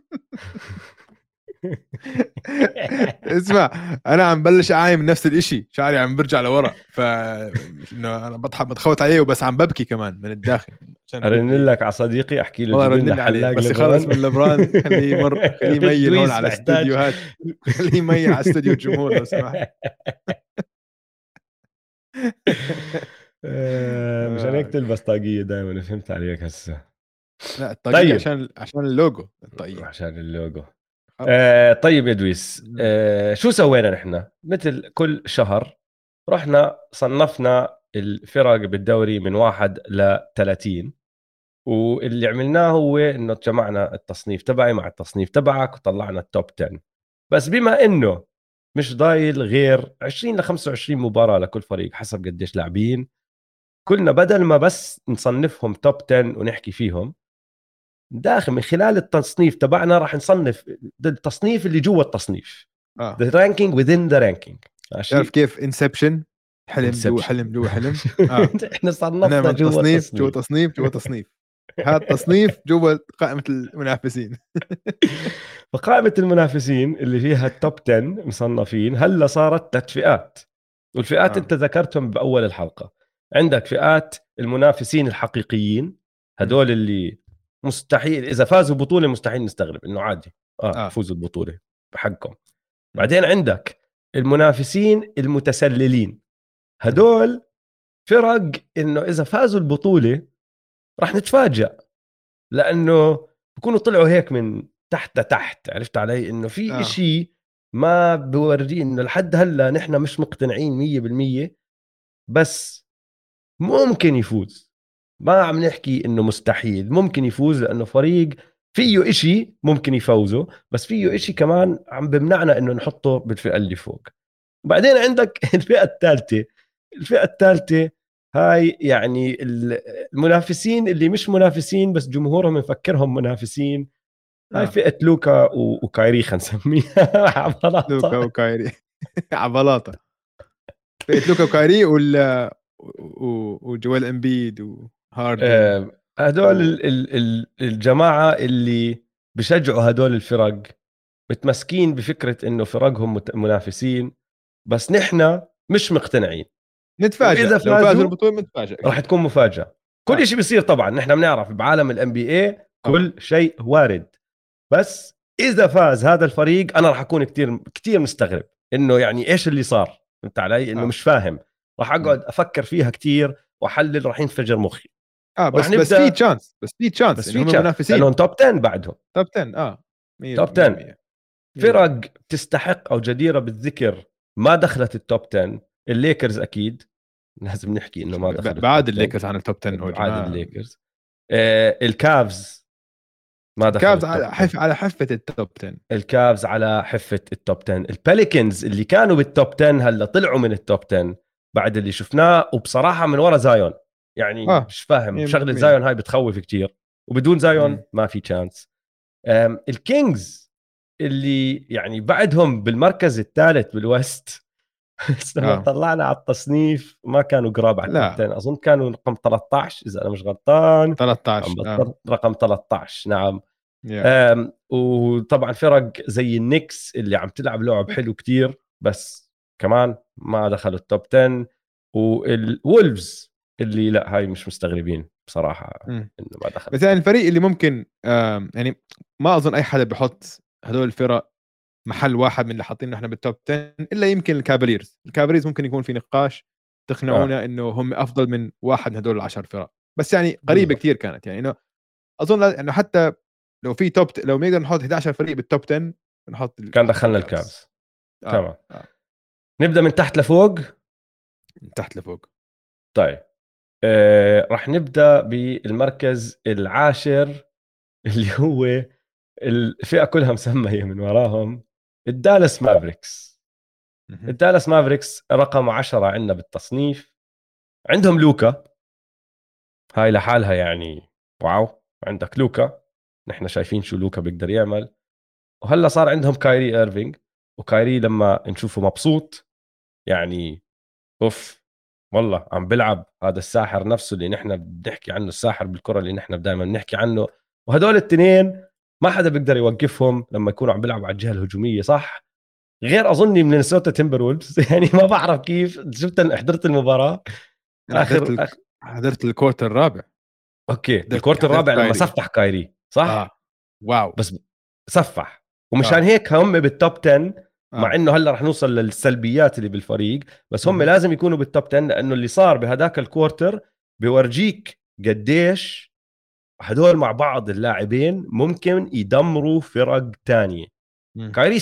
اسمع، انا عم بلش اعاين من نفس الاشي، شعري عم برجع لورا، انه انا بضحك بتخوت عليه وبس عم ببكي كمان من الداخل عشان ارن بدي لك على صديقي احكي له والله جيب رن لنا لي عليه حلاق بس لبرون. يخلص من لبران. خليه يميل هون دويس على محتاج. استوديوهات. خليه يميل على استوديو الجمهور لو سمحت. مشان هيك آه. تلبس طاقية دائما، فهمت عليك هسه. لا الطاقية طيب عشان اللوجو الطاقية. عشان اللوجو. خلص. طيب يا دويس، شو سوينا نحن مثل كل شهر؟ رحنا صنفنا الفرق بالدوري من 1 ل 30، واللي عملناه هو انه جمعنا التصنيف تبعي مع التصنيف تبعك وطلعنا التوب 10. بس بما انه مش ضايل غير 20 ل 25 مباراة لكل فريق حسب قديش لاعبين، كلنا بدل ما بس نصنفهم توب 10 ونحكي فيهم داخل من خلال التصنيف تبعنا، راح نصنف التصنيف اللي جوا التصنيف. اه the ranking within the ranking. تعرف ماشي. كيف انسبشن؟ حلم جوا انسبشن. حلم جوا حلم. اه احنا صنفنا نعمل جوا تصنيف جوا التصنيف. تصنيف جوا تصنيف. هذا التصنيف جوا قائمة المنافسين. فقائمة المنافسين اللي فيها التوب 10 مصنفين هلا صارت 3 فئات، والفئات اه انت ذكرتهم باول الحلقة. عندك فئات المنافسين الحقيقيين، هدول اللي مستحيل اذا فازوا بطولة مستحيل نستغرب انه عادي اه فوزوا البطولة بحقهم. بعدين عندك المنافسين المتسللين، هدول فرق انه اذا فازوا البطولة راح نتفاجأ، لانه بكونوا طلعوا هيك من تحت لتحت. عرفت علي؟ انه في اه اشي ما بورجي انه لحد هلا نحن مش مقتنعين 100%، بس ممكن يفوز. ما عم نحكي انه مستحيل، ممكن يفوز لانه فريق فيه اشي ممكن يفوزه، بس فيه اشي كمان عم بمنعنا انه نحطه بالفئة اللي فوق. وبعدين عندك الفئة الثالثة. الفئة الثالثة هاي يعني المنافسين اللي مش منافسين بس جمهورهم مفكرهم منافسين. هاي اه فئة لوكا وكايري خلينا نسميها. لوكا عبالطة. وكايري. عبلاطة. بقيت لوكا وكايري وجوال امبيد وهاردن. هدول و... الجماعة اللي بشجعوا هدول الفرق، متمسكين بفكرة انه فرقهم منافسين، بس نحن مش مقتنعين. نتفاجأ واذا لو فازوا فازوا البطولة، نتفاجأ راح اكيد. تكون مفاجأة. كل اه شيء بيصير طبعا، نحن بنعرف بعالم الام بي اي طبعا. كل شيء وارد. بس اذا فاز هذا الفريق انا راح اكون كتير كتير مستغرب انه يعني ايش اللي صار. فهمت علي؟ انه اه مش فاهم. راح مم. اقعد افكر فيها كتير واحلل، راح ينفجر مخي. اه وراح بس في نبدا. تشانس، في تشانس بس ان في هم تشانس لانهم منافسين. توب 10 بعدهم. توب 10 اه. 100 توب 10 100% فرق 100%. تستحق او جديره بالذكر ما دخلت التوب 10. الليكرز اكيد لازم نحكي انه ما دخلوا التوب بعد 10. الليكرز عن التوب 10 بعد ما. الليكرز. الكافز ما دخلوا كابز التوب على 10. على حفه التوب 10. الكابز على حفه التوب 10. الباليكنز اللي كانوا بالتوب 10 هلا طلعوا من التوب 10 بعد اللي شفناه، وبصراحه من ورا زايون. يعني اه مش فاهم شغله 100%. زايون هاي بتخوف كتير، وبدون زايون مم. ما في تشانس. الكينجز اللي يعني بعدهم بالمركز الثالث بالوست. بس لما اه طلعنا على التصنيف ما كانوا قراب على التوب لا 10، اظن كانوا رقم 13 اذا انا مش غلطان. عم 13 اه بطل رقم 13 نعم. يا وطبعا فرق زي النكس اللي عم تلعب لعب حلو كتير بس كمان ما دخلوا التوب 10. والولفز اللي لا هاي مش مستغربين بصراحة مم. انه ما دخلوا بس يعني التوب 10. الفريق اللي ممكن يعني ما اظن اي حدا بحط هدول الفرق محل واحد من اللي حاطينه احنا بالتوب 10 الا يمكن الكابريز ممكن يكون في نقاش اه تقنعونا انه هم افضل من واحد من هدول العشر فرق، بس يعني قريبه بالضبط. كثير كانت. يعني انه اظن انه حتى لو في لو بنقدر نحط 11 فريق بالتوب 10 نحط كان دخلنا الكابز. الكابز. اه تمام. اه نبدأ من تحت لفوق. من تحت لفوق. طيب راح نبدأ بالمركز العاشر اللي هو الفئة كلها مسمية من وراهم، الدالاس مافريكس. مهم. الدالاس مافريكس رقم 10 عندنا بالتصنيف. عندهم لوكا، هاي لحالها يعني واو. عندك لوكا، نحن شايفين شو لوكا بيقدر يعمل. وهلا صار عندهم كايري ايرفينج، وكايري لما نشوفه مبسوط يعني اوف، والله عم بلعب هذا الساحر نفسه اللي نحن بنحكي عنه، الساحر بالكرة اللي نحن دائما بنحكي عنه. وهدول الاثنين ما حدا بيقدر يوقفهم لما يكونوا عم بيلعبوا على الجهة الهجومية صح، غير اظني من مينيسوتا تيمبر وولفز. يعني ما بعرف كيف شفت حضرت المباراة انا حضرت الكورتر الرابع. اوكي الكورت حضرت الرابع لما كايري. سفح كايري صح. اه واو. بس سفح، ومشان اه هيك هم بالتوب 10. مع اه انه هلا رح نوصل للسلبيات اللي بالفريق، بس هم مهم. لازم يكونوا بالتوب 10 لانه اللي صار بهداك الكوارتر بورجيك قديش هدول مع بعض اللاعبين ممكن يدمروا فرق تانية. مم. كايري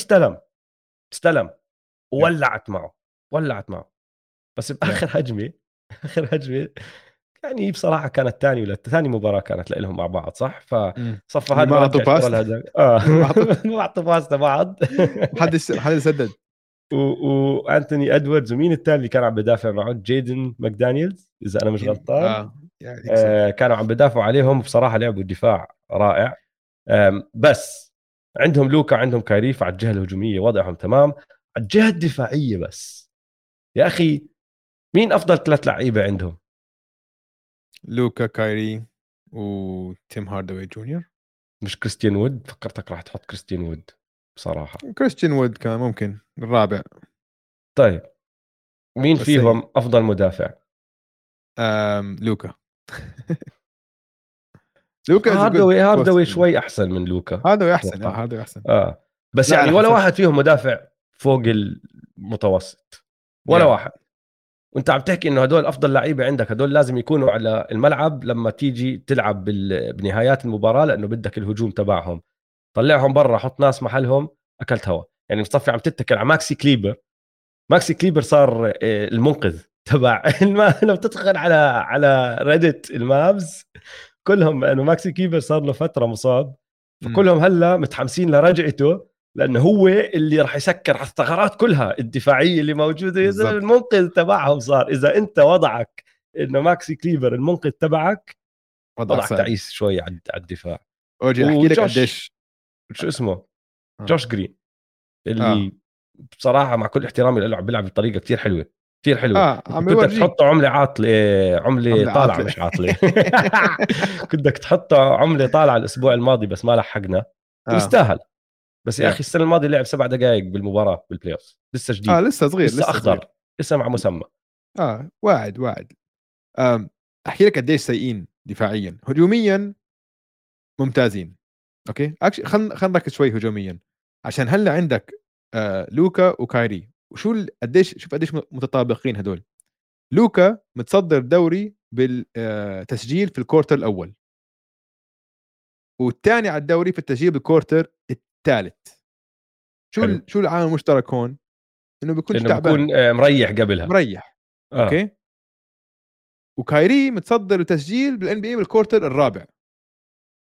استلم يا ولعت معه بس يا باخر هجمه اخر هجمه يعني بصراحه كانت ثاني مباراه كانت لهم مع بعض صح، مم. فصفى اللي هذا ما اعطوا ورجع الكره باس. لهذا ما اعطوا ما اعطوا باس لبعض. ما حد سدد. وانتوني ادواردز، ومين الثاني اللي كان عم بدافع معه؟ جيدن ماكدانييلز اذا انا مش غلطان. يا هيك صح. كانوا عم بدافعوا عليهم بصراحه، لعبوا الدفاع رائع. بس عندهم لوكا عندهم كايريف على الجهه الهجوميه وضعهم تمام. على الجهه الدفاعيه بس يا اخي مين افضل 3 لعيبه عندهم؟ لوكا كايري وتيم هاردوي جونيور. مش كريستيان وود؟ فكرتك راح تحط كريستيان وود بصراحه. كريستيان وود كان ممكن الرابع. طيب مين بس هي فيهم افضل مدافع؟ لوكا. لوكا از جود هاردوي بوست. شوي احسن من لوكا هذا احسن. اتوقع. هذا احسن. بس لا يعني انا ولا حسب. واحد فيهم مدافع فوق المتوسط، ولا يا واحد. وانت عم تحكي انه هدول افضل لعيبه عندك، هدول لازم يكونوا على الملعب لما تيجي تلعب بنهايات المباراه، لانه بدك الهجوم تبعهم. طلعهم برا، حط ناس محلهم، اكلت هوا. يعني مصطفى عم تتكل على ماكسي كليبر. ماكسي كليبر صار المنقذ تبع لو تدخل على ريدت المابز كلهم، انه ماكسي كليبر صار له فتره مصاب، مم. فكلهم هلا متحمسين لرجعته، لانه هو اللي راح يسكر على الثغرات كلها الدفاعيه اللي موجوده. بالضبط. المنقذ تبعهم صار. اذا انت وضعك انه ماكسي كليبر المنقذ تبعك، وضعك وضعك صعب. تعيس شوي على الدفاع. اوجي احكي لك وجوش، قديش. شو اسمه، اه, جوش جرين، آه. اللي بصراحه مع كل احترامي له بيلعب بطريقه كتير حلوه، كتير حلوه. عم كنت بدك بيورجيك. تحطه عمله عاطله، عمله عملة طالعه عاطلة. مش عاطله. كنت بدك تحطه عمله طالعه الاسبوع الماضي بس ما لحقنا. اه ويستاهل. بس يا يا اخي السنه الماضيه لعب 7 دقائق بالمباراه بالبلاي اوف، لسه جديد، لسه صغير لسه لسه صغير. اخضر، لسه مع مسمى. واعد واعد. احكي لك قديش سيئين دفاعيا. هجوميا ممتازين. اوكي خلينا نركز شوي هجوميا، عشان هلا عندك لوكا وكايري. وشو قديش شوف قديش متطابقين هدول. لوكا متصدر الدوري بالتسجيل في الكورتر الاول، والثاني على الدوري في التسجيل بالكورتر الثالث. حلو. شو العامل المشترك هون؟ انه بيكونش انه تعبان، بكون مريح قبلها. مريح. اه اوكي. وكايري متصدر التسجيل بالان بي اي بالكورتر الرابع.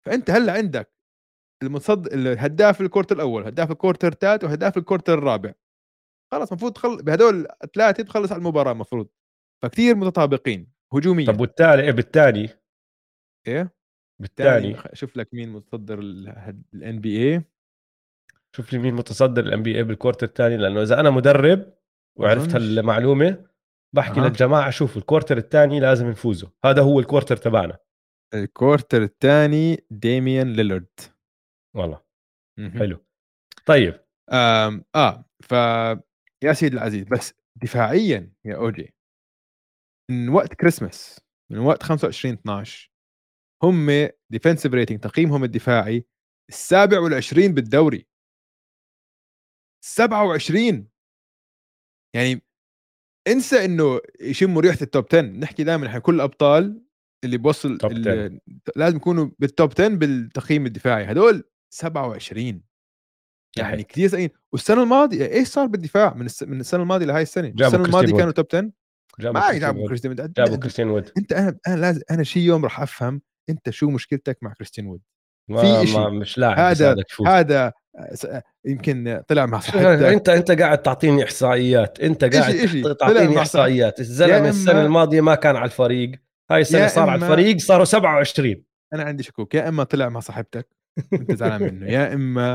فانت هلا عندك الهداف الكورتر الاول، هداف الكورتر الثالث، وهداف الكورتر الرابع. خلص المفروض بهدول ثلاثه تخلص على المباراه المفروض. فكتير متطابقين هجوميا. طب والتالي إيه بالتالي؟ ايه بالتالي تاني اشوف لك مين متصدر الان بي اي. شوف لي مين متصدر الام بي اي بالكوارتر الثاني، لانه اذا انا مدرب ما وعرفت اظنش. هالمعلومه بحكي اها للجماعه شوفوا الكوارتر الثاني لازم نفوزه، هذا هو الكوارتر تبعنا. الكورتر الثاني ديميان ليلارد. والله مهم. حلو. طيب ف يا سيدي العزيز، بس دفاعيا يا اوجي، من وقت كريسمس، من وقت 25 12 هم ديفنسيف ريتنج، تقييمهم الدفاعي السابع والعشرين بالدوري. 27 يعني. انسى انه يشموا ريحه التوب 10. نحكي دائما احنا كل الابطال اللي بوصل توب 10. لازم يكونوا بالتوب 10 بالتقييم الدفاعي. هدول 27 يعني لحقت كثير سئين. والسنه الماضيه ايش صار بالدفاع من السنه الماضيه لهي السنه؟ جابوا والسنه كريستيان الماضيه كانوا وود، توب 10. جابوا ما كريستيان يلعبوا وود، كريستيان وود. جابوا كريستيان وود. انت انا لازم انا شي يوم راح افهم انت شو مشكلتك مع كريستيان وود. ما في ما إشي. مش لاعب هذا بيساعدك تفوز. هذا يمكن طلع مع شو صاحبتك. انت قاعد تعطيني احصائيات، انت قاعد إشي طلع تعطيني مع صاحب. احصائيات. يا الزلمه السنه اما الماضيه ما كان على الفريق، هاي السنه يا صار على اما الفريق صاروا 27. انا عندي شكوك، يا اما طلع مع صاحبتك وانت زعلان منه، يا اما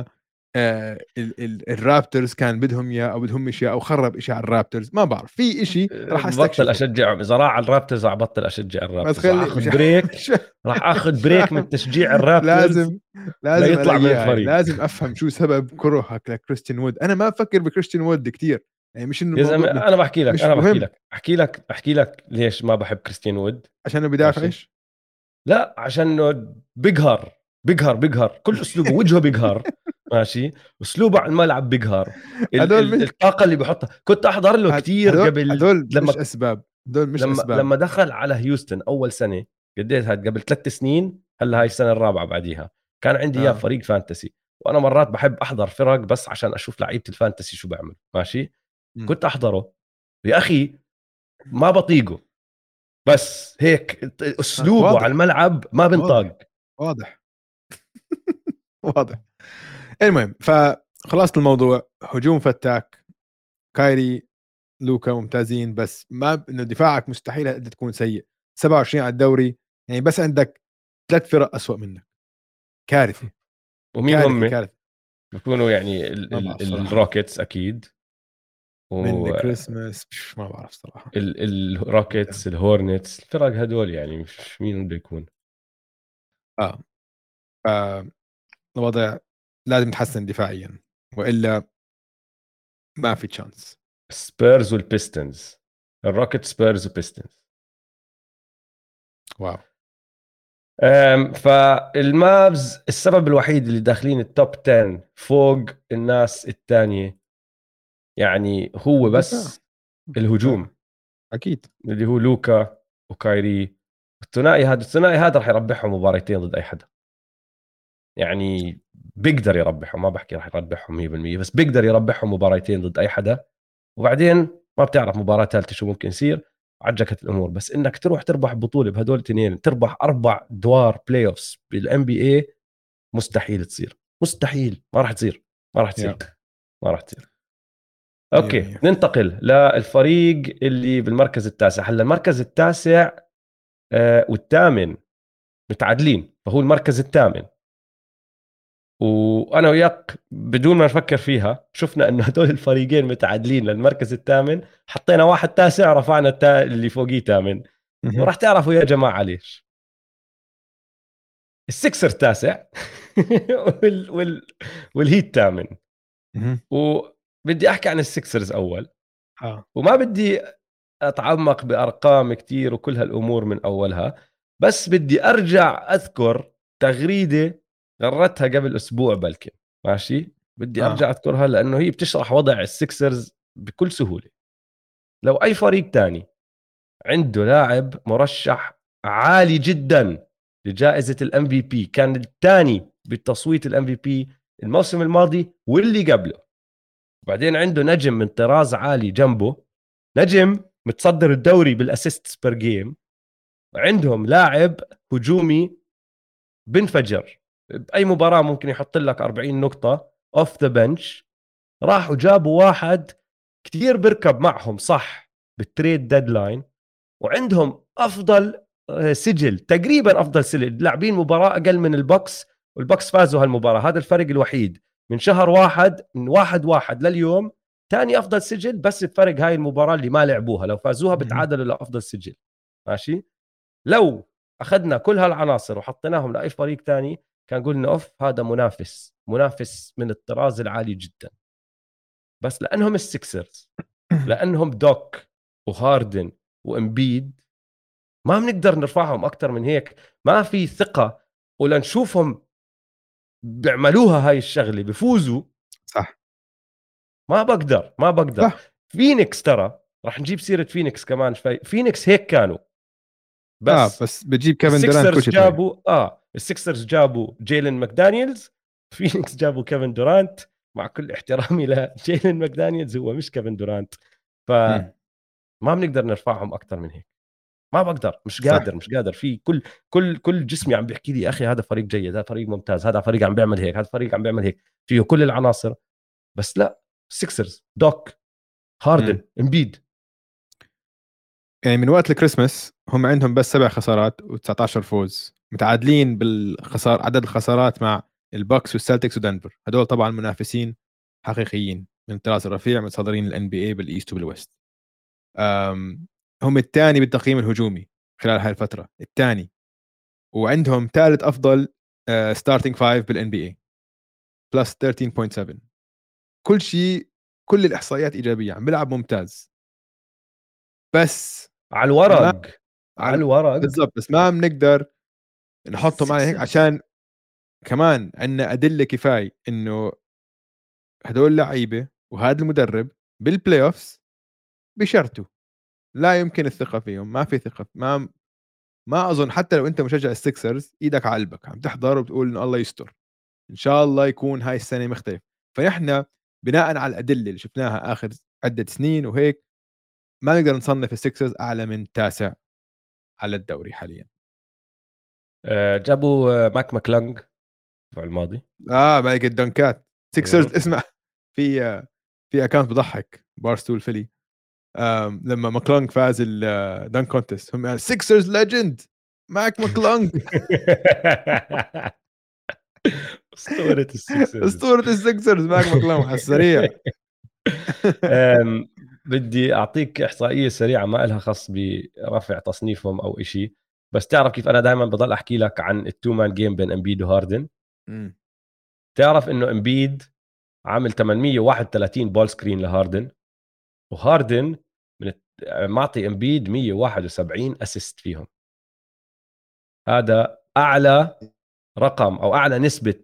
الرابترز كان بدهم اياه او بدهم شيء، او خرب شيء على الرابترز. ما بعرف، في إشي راح بطل استكشفه. اشجع اذا راح على الرابترز، راح بطل اشجع ما الرابترز، راح تخلي اخذ مش بريك. راح اخذ بريك من تشجيع الرابترز لازم ليطلع من الاقيها هاي. الفريق. لازم افهم شو سبب كرهك لكريستيان وود. انا ما بفكر بكريستيان وود كتير يعني، مش انه يا زلمه الموضوع انا بحكي لك، مش مهم. احكي لك ليش ما بحب كريستيان وود. عشانه ماشي، بدافعش. لا عشان إنه بيقهر كل اسلوبه، وجهه بيقهر. ماشي، اسلوبه على الملعب بيقهر. هدول مش الطاقه اللي بحطها كنت احضر له كتير قبل، هدول مش لما اسباب. هدول مش اسباب. لما دخل على هيوستن اول سنه. قديت هاد قبل 3 سنين، هلا هاي السنه الرابعه بعديها. كان عندي اياه اه فريق فانتسي، وانا مرات بحب احضر فرق بس عشان اشوف لعيبه الفانتسي شو بيعمل. ماشي، مم. كنت احضره يا اخي، ما بطيقه، بس هيك اسلوبه على واضح الملعب ما واضح بنطاق. واضح واضح. المهم، فخلاص الموضوع هجوم فتاك. كايري لوكا ممتازين، بس ما انه دفاعك مستحيل انت تكون سيء. 27 على الدوري يعني، بس عندك ثلاث فرق أسوأ منك. كارثه ومين كارثه هم؟ كارثه. بيكونوا يعني ما بعرف صراحه. الروكيتس اكيد، من كريسماس ما بعرف صراحه. والروكيتس، الهورنتس، الفرق هدول يعني مش مين بده يكون. اه الوضع لازم يتحسن دفاعيا، والا ما في تشانس. سبيرز والبيستنز، الروكيت سبيرز وبيستنز. واو. فالمافز السبب الوحيد اللي داخلين التوب 10 فوق الناس الثانية يعني هو الدفاع. بس الهجوم، الدفاع اكيد. اللي هو لوكا وكايري. الثنائي هذا رح يربحهم مباراتين ضد اي حدا يعني. بيقدر يربحهم، ما بحكي رح يربحهم 100%، بس بيقدر يربحهم مباراتين ضد اي حدا. وبعدين ما بتعرف مباراة ثالثة شو ممكن يصير. عجكت الامور، بس انك تروح تربح بطولة بهدول الاثنين، تربح 4 ادوار بلاي اوفز بالان بي اي، مستحيل تصير، مستحيل، ما راح تصير، ما راح تصير، يا ما راح تصير. اوكي، 100%. ننتقل للفريق اللي بالمركز التاسع. هلا المركز التاسع والثامن متعادلين، فهو المركز الثامن. وانا وياك بدون ما نفكر فيها شفنا انه هدول الفريقين متعادلين للمركز الثامن، حطينا واحد تاسع، رفعنا اللي فوقيه ثامن. مهم. وراح تعرفوا يا جماعه ليش. السكسر تاسع والهيت ثامن. مهم. وبدي احكي عن السكسرز اول، اه وما بدي اتعمق بارقام كتير وكل هالامور من اولها، بس بدي ارجع اذكر تغريده غرتها قبل اسبوع بلكن. ماشي، بدي اه ارجع اذكرها لانه هي بتشرح وضع السكسرز بكل سهوله. لو اي فريق تاني عنده لاعب مرشح عالي جدا لجائزه الام في بي، كان الثاني بالتصويت الام في بي الموسم الماضي واللي قبله، وبعدين عنده نجم من طراز عالي جنبه، نجم متصدر الدوري بالاسيستس بير جيم، وعندهم لاعب هجومي بنفجر باي مباراه، ممكن يحط لك 40 نقطه اوف ذا بنش. راحوا جابوا واحد كتير بركب معهم صح بالتريد ديدلاين، وعندهم افضل سجل، تقريبا افضل سجل، لاعبين مباراه اقل من البوكس، والبوكس فازوا هالمباراه. هذا الفرق الوحيد من شهر واحد، من 1/1 لليوم. ثاني افضل سجل بس بفرق هاي المباراه اللي ما لعبوها، لو فازوها بتعادلوا لافضل سجل. ماشي. لو اخذنا كل هالعناصر وحطيناهم لاي فريق تاني كان قلنا اوف هذا منافس من الطراز العالي جدا. بس لانهم السكسرز، لانهم دوك وهاردن وامبيد، ما بنقدر نرفعهم اكثر من هيك. ما في ثقه، ولنشوفهم بيعملوها هاي الشغله بفوزوا. صح ما بقدر. صح. فينيكس ترى راح نجيب سيره فينيكس كمان شوي. فينيكس هيك كانوا، بس بس بتجيب كيفن دورانت كل شيء تغير. السكسرز جابوا جيلين ماكدانيلز. فينيكس جابوا كيفن دورانت. مع كل احترامي لجيلين ماكدانيلز، هو مش كيفن دورانت. فما بنقدر نرفعهم اكثر من هيك. ما بقدر، صح. مش قادر. في كل جسمي عم بيحكي لي يا اخي هذا فريق جيد، هذا فريق ممتاز، هذا فريق عم بيعمل هيك، هذا فريق عم بيعمل هيك، فيه كل العناصر. بس لا، سيكسرز دوك، هاردن، مم. امبيد. يعني من وقت الكريسماس هم عندهم بس 7 خسارات و19 فوز، متعادلين بالخسار عدد الخسارات مع البوكس والسلتكس ودنفر. هدول طبعا منافسين حقيقيين من الطراز الرفيع، متصدرين الان بي اي بالايست وبالويست. هم الثاني بالتقييم الهجومي خلال هاي الفتره، الثاني. وعندهم ثالث افضل ستارتنج فايف بالان بي اي بلس 13.7. كل شيء، كل الاحصائيات ايجابيه، عم بيلعب ممتاز. بس على ما الورق، على على الورق. بالضبط، بس ما بنقدر نحطهم على هيك السكسرز عشان كمان عندنا ادله كفايه انه هدول اللعيبه وهذا المدرب بالبلاي اوفز بشرتوا لا يمكن الثقه فيهم. ما في ثقه، ما اظن حتى لو انت مشجع السكسرز ايدك على قلبك عم تحضر وبتقول انه الله يستر ان شاء الله يكون هاي السنه مختلف. فنحن بناء على الادله اللي شفناها اخر عده سنين وهيك ما نقدر نصنف السكسرز اعلى من تاسع على الدوري حاليا. جابوا ماك ماكلانج الاسبوع الماضي. باقي الدنكات سكسرز. اسمع، في في اكونت بضحك بارستول فيلي، لما ماكلونج فاز الدنك كونتست هم سكسرز ليجند ماك ماكلونج. اسطوره السكسرز. اسطوره السكسرز ماك ماكلونج على السريع. بدي اعطيك احصائيه سريعه ما لها خص برفع تصنيفهم او إشي، بس تعرف كيف انا دائما بضل احكي لك عن التو مان جيم بين امبيد وهاردن. مم. تعرف انه امبيد عامل 831 بول سكرين لهاردن، وهاردن من معطي امبيد 171 اسيست فيهم. هذا اعلى رقم او اعلى نسبه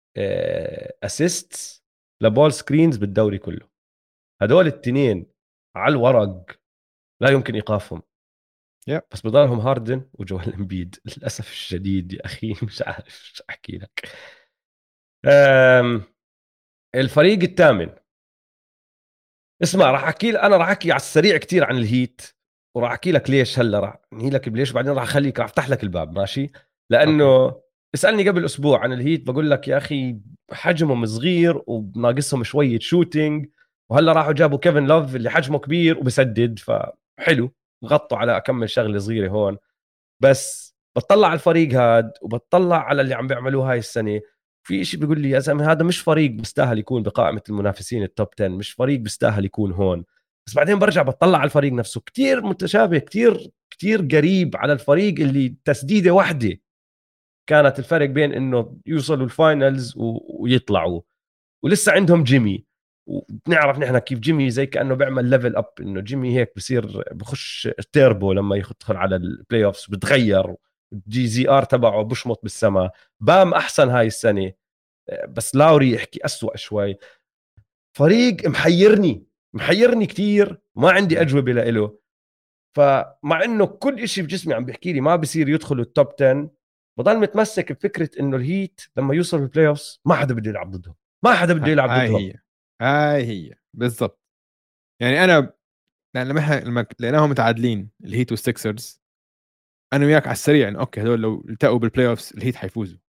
اسيست لبول سكرينز بالدوري كله. هدول التنين على الورق لا يمكن ايقافهم. يب. بس بضلهم هاردن وجوال امبيد للاسف الشديد يا اخي. مش عارف شو احكي لك. أم، الفريق الثامن. اسمع، انا راح احكي على السريع كتير عن الهيت، وراح احكي لك ليش. هلا راح انهي لك ليش، بعدين راح افتح لك الباب. ماشي. اوكي. لانه اسالني قبل اسبوع عن الهيت بقول لك يا اخي حجمهم صغير وناقصهم شويه شوتينج، وهلا راحوا جابوا كيفن لوف اللي حجمه كبير وبسدد، فحلو. غطوا على اكمل شغله صغيره هون. بس بتطلع على الفريق هاد وبتطلع على اللي عم بيعملوه هاي السنه، في إشي بيقول لي يا زلمه هذا مش فريق بيستاهل يكون بقائمه المنافسين التوب 10، مش فريق بيستاهل يكون هون. بس بعدين برجع بتطلع على الفريق نفسه، كتير متشابه، كتير كتير قريب على الفريق اللي تسديده واحده كانت الفرق بين انه يوصلوا الفاينلز ويطلعوا. ولسه عندهم جيمي، وبنعرف نحن كيف جيمي زي كانه بيعمل ليفل اب، انه جيمي هيك بصير بخش تيربو لما يدخل على البلاي اوفز بتغير. جي زي ار تبعه بشمط بالسما. بام احسن هاي السنه، بس لاوري يحكي أسوأ شوي. فريق محيرني كتير، ما عندي اجوبه له. فمع انه كل إشي في جسمي عم بيحكي لي ما بصير يدخلوا التوب 10، بضل متمسك بفكره انه الهيت لما يوصل البلاي اوفز ما حدا بده يلعب ضدهم، ما حدا بده يلعب هاي ضدهم. هي هاي هي بالضبط. يعني انا لما لما لقيناهم متعادلين الهيت والسكسرز، انا وياك على السريع انه اوكي هدول لو التقوا بالبلاي اوفز الهيت حيفوزوا.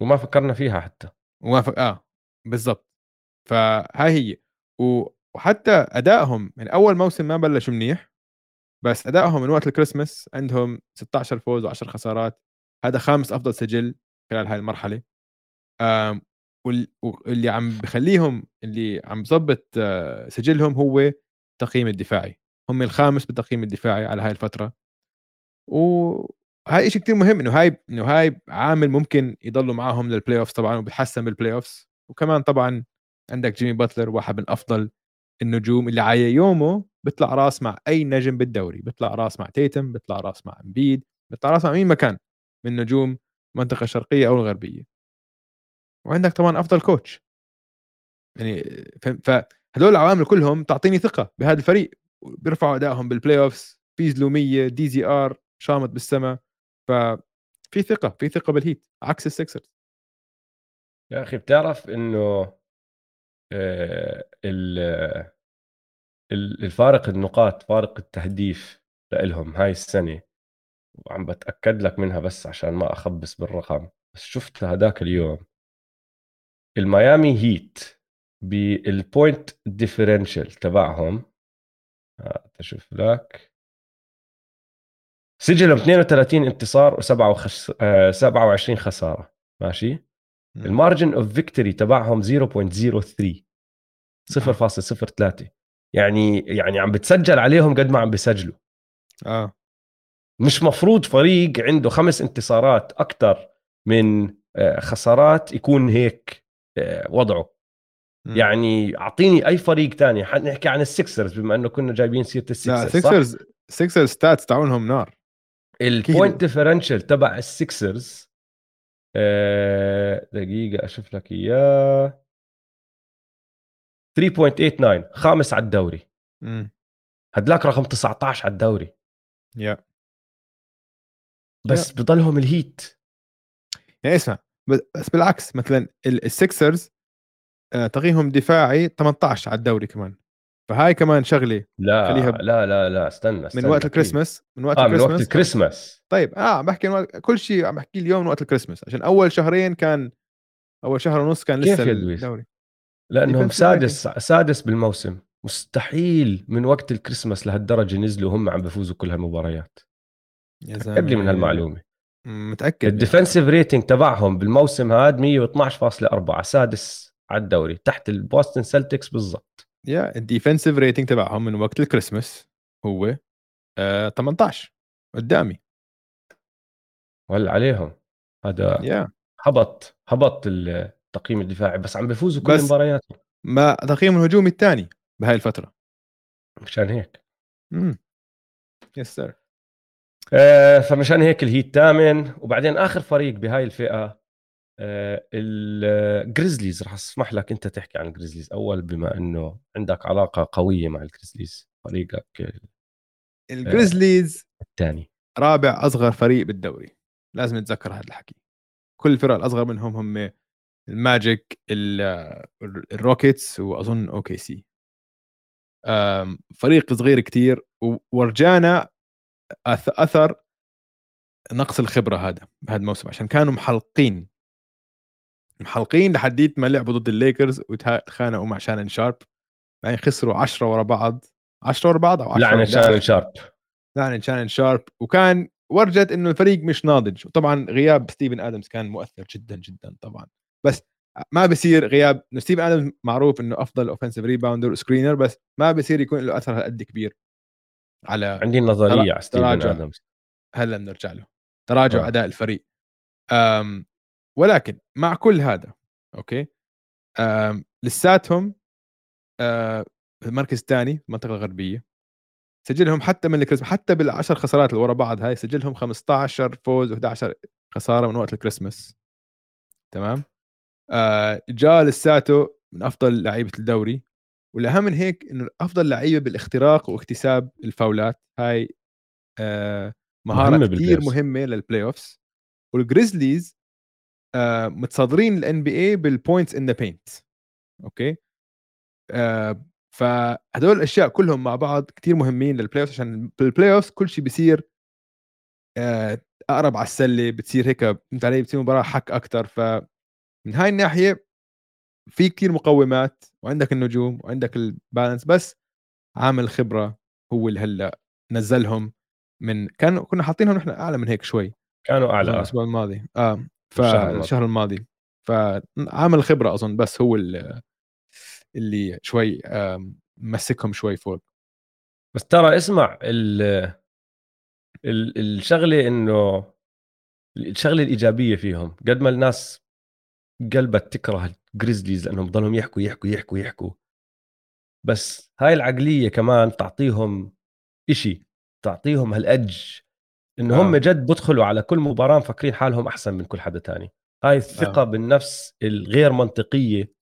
وما فكرنا فيها حتى. وما بالضبط. فهاي هي. وحتى ادائهم من اول موسم ما بلشوا منيح، بس ادائهم من وقت الكريسماس عندهم 16 فوز و10 خسارات، هذا خامس افضل سجل خلال هاي المرحله. آم، واللي عم بخليهم اللي عم بظبط سجلهم هو التقييم الدفاعي، هم الخامس بالتقييم الدفاعي على هاي الفتره. وهاي شيء كتير مهم، انه هاي عامل ممكن يضلوا معاهم للبلاي اوفز طبعا، وبيتحسن بالبلاي اوفز. وكمان طبعا عندك جيمي باتلر، واحد من افضل النجوم اللي على يومه بيطلع راس مع اي نجم بالدوري، بيطلع راس مع تيتم، بيطلع راس مع امبيد، بيطلع راس مع مين مكان من نجوم المنطقه الشرقيه او الغربيه. وعندك طبعا افضل كوتش يعني. فهدول العوامل كلهم تعطيني ثقه بهذا الفريق، بيرفعوا ادائهم بالبلاي اوفز، فيز لوميه، دي زي ار شامط بالسما. في ثقه بالهيت عكس السكسرز. يا اخي بتعرف انه الفارق النقاط، فارق التهديف لهم هاي السنة، وعم بتأكد لك منها بس عشان ما أخبص بالرقم، بس شفت هداك اليوم الميامي هيت بالبوينت ديفرنشال تبعهم. تشوف لك سجلهم 32 انتصار و27 خسارة، ماشي. مم. المارجن اوف فيكتوري تبعهم 0.03، اه 0.03. يعني عم بتسجل عليهم قد ما عم بيسجلوا. اه مش مفروض فريق عنده 5 انتصارات أكثر من خسارات يكون هيك وضعه. مم. يعني أعطيني أي فريق تاني، نحكي عن السكسرز بما أنه كنا جايبين سيرة لا، السكسرز، صح؟ سيكسرز ستاتس تاعونهم نار. البوينت اكيد. ديفرنشال تبع السكسرز، دقيقة أشوف لك إياه، 3.89، خامس على الدوري. امم هدلاك رقم 19 على الدوري، يا يا بس بضلهم الهيت. يعني اسمع، بس بالعكس مثلا السكسرز تقييمهم دفاعي 18 على الدوري كمان، فهاي كمان شغله لا خليها. لا لا لا، استنى من وقت استنى كيف؟ الكريسماس، من وقت من وقت الكريسماس الكريسماس. طيب عم بحكي كل شيء عم بحكي اليوم من وقت الكريسماس، عشان اول شهرين كان، اول شهر ونص كان لسه كيف يا دويس؟ الدوري. لانهم ديفنسيف ريتنج. سادس بالموسم، مستحيل من وقت الكريسماس لهالدرجه نزلوا هم عم بفوزوا كل هالمباريات. يا تاكد لي من زلمه هالمعلومه. متاكد منها. الديفنسيف ريتنج تبعهم بالموسم هذا 112.4، سادس على الدوري تحت البوستن سلتكس بالضبط. يا الديفنسيف ريتنج تبعهم من وقت الكريسماس هو 18 قدامي. ولا عليهم هذا، يا هبط التقييم الدفاعي، بس عم بفوزوا كل بس مبارياتهم. ما تقييم الهجوم الثاني بهاي الفتره. مشان هيك امم يس سير. فمشان هيك الهيت ثامن. وبعدين اخر فريق بهاي الفئه الجريزليز. رح اسمح لك انت تحكي عن الجريزليز اول، بما انه عندك علاقه قويه مع الجريزليز، فريقك الجريزليز الثاني. رابع اصغر فريق بالدوري، لازم نتذكر هذا الحكي. كل الفرق الاصغر منهم هم الماجيك، الروكيتس، واظن اوكي سي. فريق صغير كتير، وورجانا اثر نقص الخبره هذا بهذا الموسم، عشان كانوا محلقين لحديت ما لعبوا ضد الليكرز وتخانقوا مع شانن شارب، يعني خسروا 10 ورا بعض، 10 ورا بعض او 10 لعنه شانن 11. شارب. يعني شانن شارب، وكان ورجت انه الفريق مش ناضج. وطبعا غياب ستيفن ادمز كان مؤثر جدا جدا طبعا. بس ما بصير غياب إنه ستيفن ادمز معروف انه افضل اوفنسيف ريباوندر وسكرينر، بس ما بصير يكون له اثر هالقد كبير على عندي نظريه على ستيفن تراجع. ادمز. هلا بنرجع له، تراجع اه اداء الفريق. أم ولكن مع كل هذا، اوكي، لساتهم في المركز الثاني في المنطقه الغربيه. سجلهم حتى من الكريسماس، حتى بالعشر خسارات اللي ورا بعض هاي، سجلهم 15 فوز و11 خساره من وقت الكريسماس. تمام. جا لساته من افضل لعيبه الدوري، والاهم من هيك انه افضل لعيبه بالاختراق واكتساب الفاولات. هاي مهاره مهمه بالبلاي كثير اوف. مهمه للبلاي اوفز. والجريزليز متصدرين الان بي اي بالبوينتس ان ذا بينت. اوكي. فهدول الاشياء كلهم مع بعض كتير مهمين للبلاي اوف، عشان بالبلاي اوف كل شيء بيصير اقرب على السله، بتصير هيك فهمت علي، بتصير مباراه حك اكثر. من هاي الناحيه في كتير مقومات، وعندك النجوم وعندك البالانس، بس عامل خبره هو اللي هلا نزلهم. كنا حاطينهم نحن اعلى من هيك شوي، كانوا اعلى اظن الاسبوع الماضي الشهر الماضي. فالشهر الماضي. فعامل خبره اظن، بس هو اللي شوي مسكهم شوي فوق. بس ترى اسمع الشغله انه الشغله الايجابيه فيهم قد ما الناس قلبت تكره الجريزليز لانهم ضلهم يحكوا يحكوا يحكوا يحكوا، بس هاي العقليه كمان تعطيهم إشي، تعطيهم هالأدج انه هم اه جد بدخلوا على كل مباراه مفكرين حالهم احسن من كل حدا تاني. هاي اه الثقه بالنفس الغير منطقيه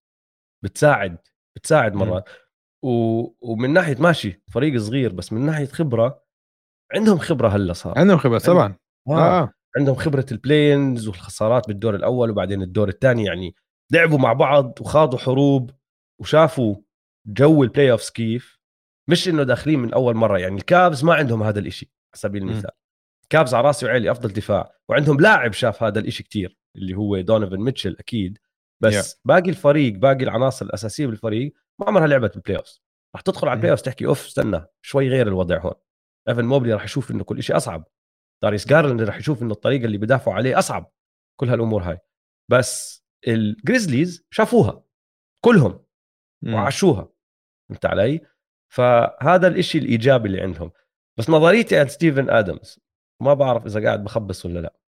بتساعد امم مرات. ومن ناحيه ماشي فريق صغير، بس من ناحيه خبره عندهم خبره هلا صار. عندهم خبره عند... طبعا. اه اه عندهم خبره البلاينز والخسارات بالدور الاول وبعدين الدور الثاني، يعني لعبوا مع بعض وخاضوا حروب وشافوا جو البلاي اوفز كيف. مش انه داخلين من اول مره، يعني الكابز ما عندهم هذا الاشي على سبيل امم المثال. كابز على راسي وعيلي افضل دفاع، وعندهم لاعب شاف هذا الاشي كتير اللي هو دونيفن ميتشل اكيد. يا بس باقي الفريق، باقي العناصر الاساسيه بالفريق ما عمرها لعبت بالبلاي اوفز. رح تدخل على البلاي مم. اوفز تحكي اوف استنى شوي غير الوضع هون. ايفن موبلي رح يشوف انه كل شيء اصعب، داريس جارلاند رح يشوف انه الطريقه اللي بدافعوا عليه اصعب، كل هالامور هاي. بس الجريزليز شافوها كلهم امم وعاشوها، فهمت علي؟ فهذا الاشي الايجابي اللي عندهم. بس نظريتي عن ستيفن ادمز ما بعرف اذا قاعد بخبص ولا لا.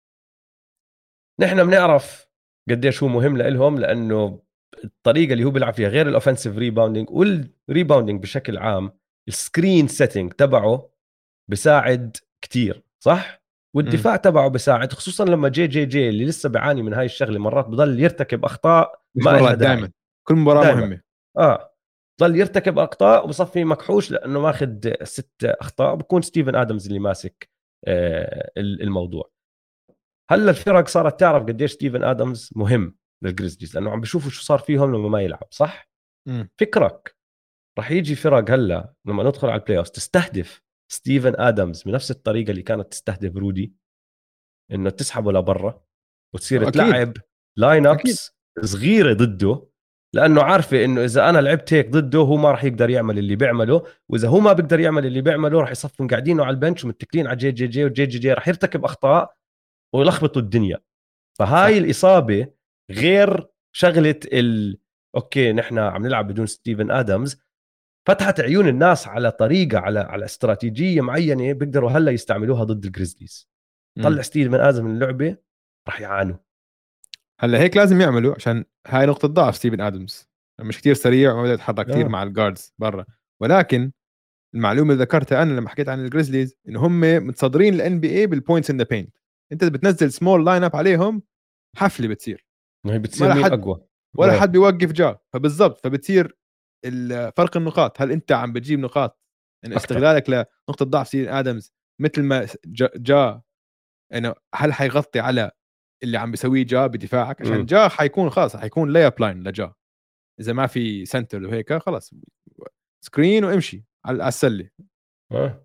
نحن بنعرف قديش هو مهم لهم، لانه الطريقه اللي هو بيلعب فيها غير الاوفنسيف ريباوندينج والريباوندينج بشكل عام، السكرين سيتنج تبعه بساعد كتير صح، امم والدفاع تبعه بساعد، خصوصا لما جي اللي لسه بيعاني من هاي الشغله مرات بضل يرتكب اخطاء مش ما إلها مرات، داعي. دائما كل مباراه دائما مهمه. اه ضل يرتكب اخطاء وبصفي مكحوش لانه ماخذ 6 اخطاء، بكون ستيفن ادمز اللي ماسك الموضوع. هلا الفرق صارت تعرف قديش ستيفن ادمز مهم للجريزليز، لانه عم بيشوفوا شو صار فيهم لما ما يلعب صح. امم فكرك رح يجي فرق هلا لما ندخل على البلاي اوف تستهدف ستيفن ادمز بنفس الطريقه اللي كانت تستهدف رودي، انه تسحبه لبرا وتصير اكيد تلعب لاين اكيد. ابس صغيره ضده، لانه عارفه انه اذا انا لعبت هيك ضده هو ما راح يقدر يعمل اللي بيعمله، واذا هو ما بيقدر يعمل اللي بيعمله راح يصفون قاعدينه على البنش ومتكلين على جي وجي راح يرتكب اخطاء ويلخبطوا الدنيا. فهاي صح. الإصابة غير شغلة أوكي نحن عم نلعب بدون ستيفن آدمز، فتحت عيون الناس على طريقة على استراتيجية معينة بيقدروا هلا يستعملوها ضد الجريزليز. طلع امم ستيفن آدمز من اللعبة راح يعانوا. هلا هيك لازم يعملوا، عشان هاي نقطه ضعف ستيفن ادمز، مش كتير سريع وما بده يتحرك كثير اه مع الجاردز برا. ولكن المعلومه اللي ذكرتها انا لما حكيت عن الجريزليز، ان هم متصدرين الان بي اي بالبوينتس ان ذا بينت. انت بتنزل سمول لاين اب عليهم، حفله بتصير. ما هي ما بتصير لا مين حد أقوى. ولا حد اه بيوقف جا، فبالضبط فبتصير فرق النقاط. هل انت عم بتجيب نقاط انه أكتر. استغلالك لنقطه ضعف سيدن ادمز، مثل ما جا انه هل حيغطي على اللي عم بيسويه جا بدفاعك؟ عشان امم جا حيكون خلاص، حيكون لاي اب لاين لجا. اذا ما في سنتر وهيك خلاص سكرين وامشي على السله. اه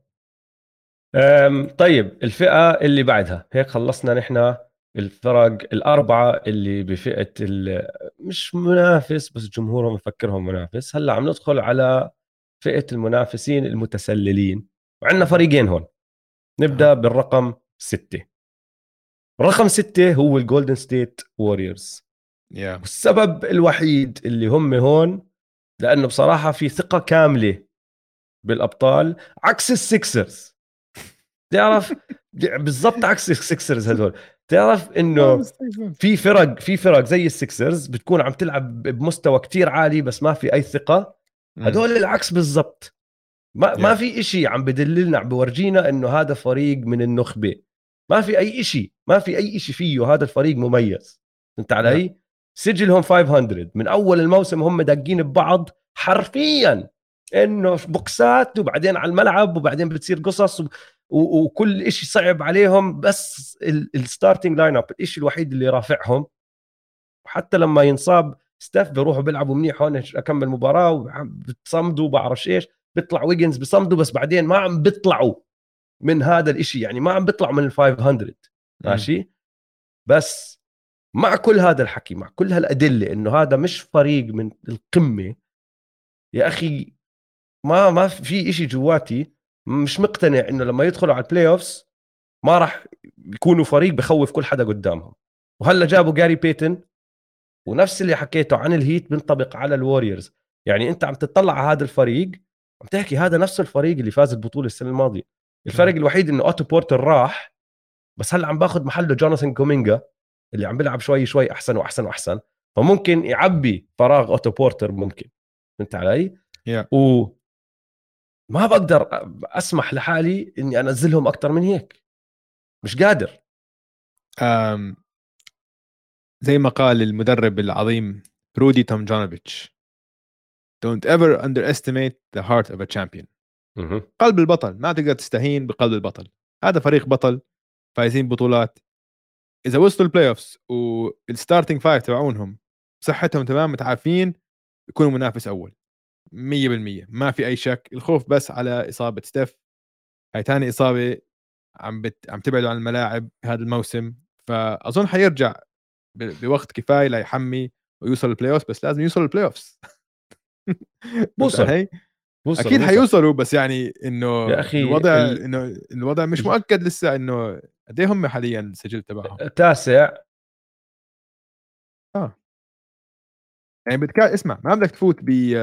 طيب الفئة اللي بعدها هيك خلصنا نحن الفرق الأربعة اللي بفئة مش منافس بس جمهورهم مفكرهم منافس. هلا عم ندخل على فئة المنافسين المتسللين، وعندنا فريقين هون. نبدأ اها بالرقم 6. رقم 6 هو الجولدن ستيت ووريرز، يا والسبب الوحيد اللي هم هون لأنه بصراحة في ثقة كاملة بالأبطال عكس السيكسرز. تعرف بالضبط عكس السيكسرز هدول. تعرف انه في فرق زي السيكسرز بتكون عم تلعب بمستوى كتير عالي بس ما في اي ثقة. هدول العكس بالضبط. ما يا في إشي عم بدللنا عم بورجينا انه هذا فريق من النخبة. ما في اي إشي، ما في اي إشي فيه هذا الفريق مميز. انت لا علي؟ سجلهم 500 من اول الموسم، هم داقين ببعض حرفيا، انه بوكسات وبعدين على الملعب وبعدين بتصير قصص وكل إشي صعب عليهم. بس الستارتنج لاين اب الإشي الوحيد اللي رافعهم. وحتى لما ينصاب ستاف بيروحوا بيلعبوا منيح هون اكمل مباراه وبتصمدوا بعرفش ايش، بيطلع ويجنز بصمدوا بس بعدين ما عم بيطلعوا من هذا الإشي، يعني ما عم بيطلعوا من ال 500. امم ماشي. بس مع كل هذا الحكي، مع كل هالأدلة إنه هذا مش فريق من القمة، يا أخي ما في إشي جواتي مش مقتنع إنه لما يدخلوا على البلاي أوفس ما راح يكونوا فريق بخوف كل حدا قدامهم. وهلا جابوا جاري بيتن، ونفس اللي حكيته عن الهيت بينطبق على الواريورز. يعني انت عم تطلع على هذا الفريق، عم تحكي هذا نفس الفريق اللي فاز البطوله السنه الماضيه. الفرق الوحيد انه اوتو بورتر راح، بس هلا عم باخذ محله جوناثان كومينجا اللي عم بيلعب شوي شوي احسن واحسن واحسن، فممكن يعبي فراغ اوتو بورتر ممكن. فهمت علي؟ yeah. وما بقدر اسمح لحالي اني انزلهم اكثر من هيك، مش قادر. um, زي ما قال المدرب العظيم رودي تومجانوفيتش: don't ever underestimate the heart of a champion. مه. قلب البطل ما تقدر تستهين بقلب البطل. هذا فريق بطل فايزين بطولات. اذا وصلوا البلاي اوفز والستارتنج فايف تبعونهم صحتهم تمام متعافين يكونوا منافس اول 100%، ما في اي شك. الخوف بس على اصابه ستيف، هاي ثاني اصابه عم تبعده عن الملاعب هذا الموسم، فاظن حيرجع بوقت كفايه ليحمي ويوصل البلاي اوفز، بس لازم يوصل البلاي اوفز. فهمت بوصل علي؟ بوصل اكيد بوصل حيوصلوا، بس يعني انه يا اخي الوضع مش مؤكد لسه انه قد ايه هم حاليا السجل تبعهم. التاسع. اه يعني اسمع، ما بدك تفوت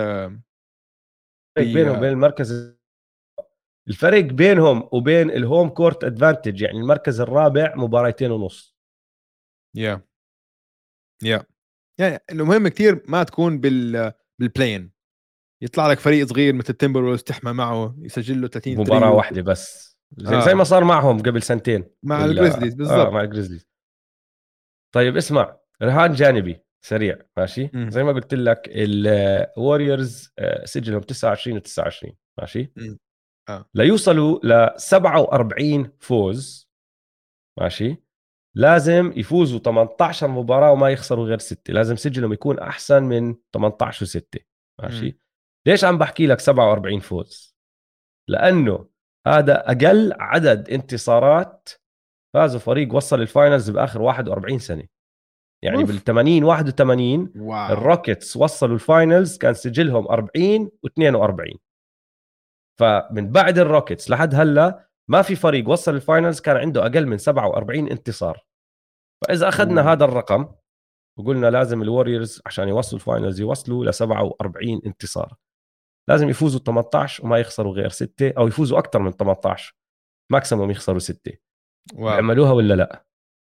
ب بينهم وبين المركز، الفرق بينهم وبين الهوم كورت ادفانتج يعني المركز الرابع مباراتين ونص. يا يا يعني انه مهم كثير ما تكون بالبلاين، يطلع لك فريق صغير مثل تيمبر تحمى معه يسجل له 30 مباراة ثري واحدة بس، زي ما اه صار معهم قبل سنتين مع ولا الجريزليز بالضبط. مع الجريزليز. طيب اسمع، رهان جانبي سريع ماشي. مم. زي ما قلت لك الوريورز سجلهم 29 و29 ماشي، مم. اه ليوصلوا ل 47 فوز ماشي، لازم يفوزوا 18 مباراة وما يخسروا غير 6. لازم سجلهم يكون أحسن من 18 و6 مم. ماشي. ليش عم بحكي لك 47 فوز؟ لأنه هذا أقل عدد انتصارات فازوا فريق وصل الفاينلز بآخر 41 سنة. يعني اوف بال 80 81 واو الروكيتس وصلوا الفاينلز كان سجلهم 40 و42. فمن بعد الروكيتس لحد هلا ما في فريق وصل الفاينلز كان عنده أقل من 47 انتصار. فإذا أخذنا هذا الرقم وقلنا لازم الوريورز عشان يوصلوا الفاينلز يوصلوا ل 47 انتصار، لازم يفوزوا 18 وما يخسروا غير 6، أو يفوزوا أكثر من 18 ماكسيموم يخسروا 6. واو. بيعملوها ولا لا؟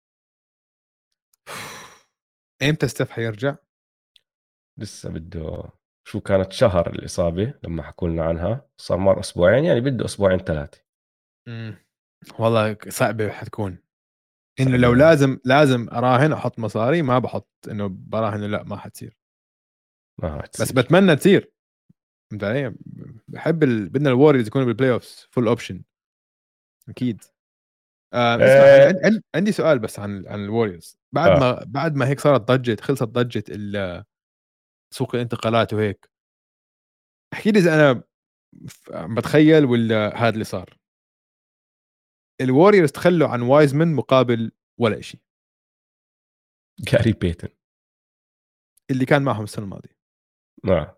امتى ستيف حيرجع؟ لسه بده، شو كانت شهر الإصابة لما حكوا لنا عنها، صار مر أسبوعين، يعني بده أسبوعين 3. مم. والله صعبه حتكون. انه صعبة لو والله. لازم اراهن احط مصاري، ما بحط انه براهن لا ما حتصير، ما بس هتصير. بتمنى تصير. فهمت علي؟ بحب بدنا الوريورز يكونوا بالبلاي اوفز فول اوبشن اكيد. اسمع انا آه, عندي سؤال بس عن الوريورز. آه بعد ما هيك صارت خلصت ضجه سوق الانتقالات وهيك، احكي لي اذا انا عم بتخيل ولا هذا اللي صار. الوريورز تخلوا عن وايزمن مقابل ولا شيء جاري بيتن. اللي كان معهم السنه الماضيه. نعم.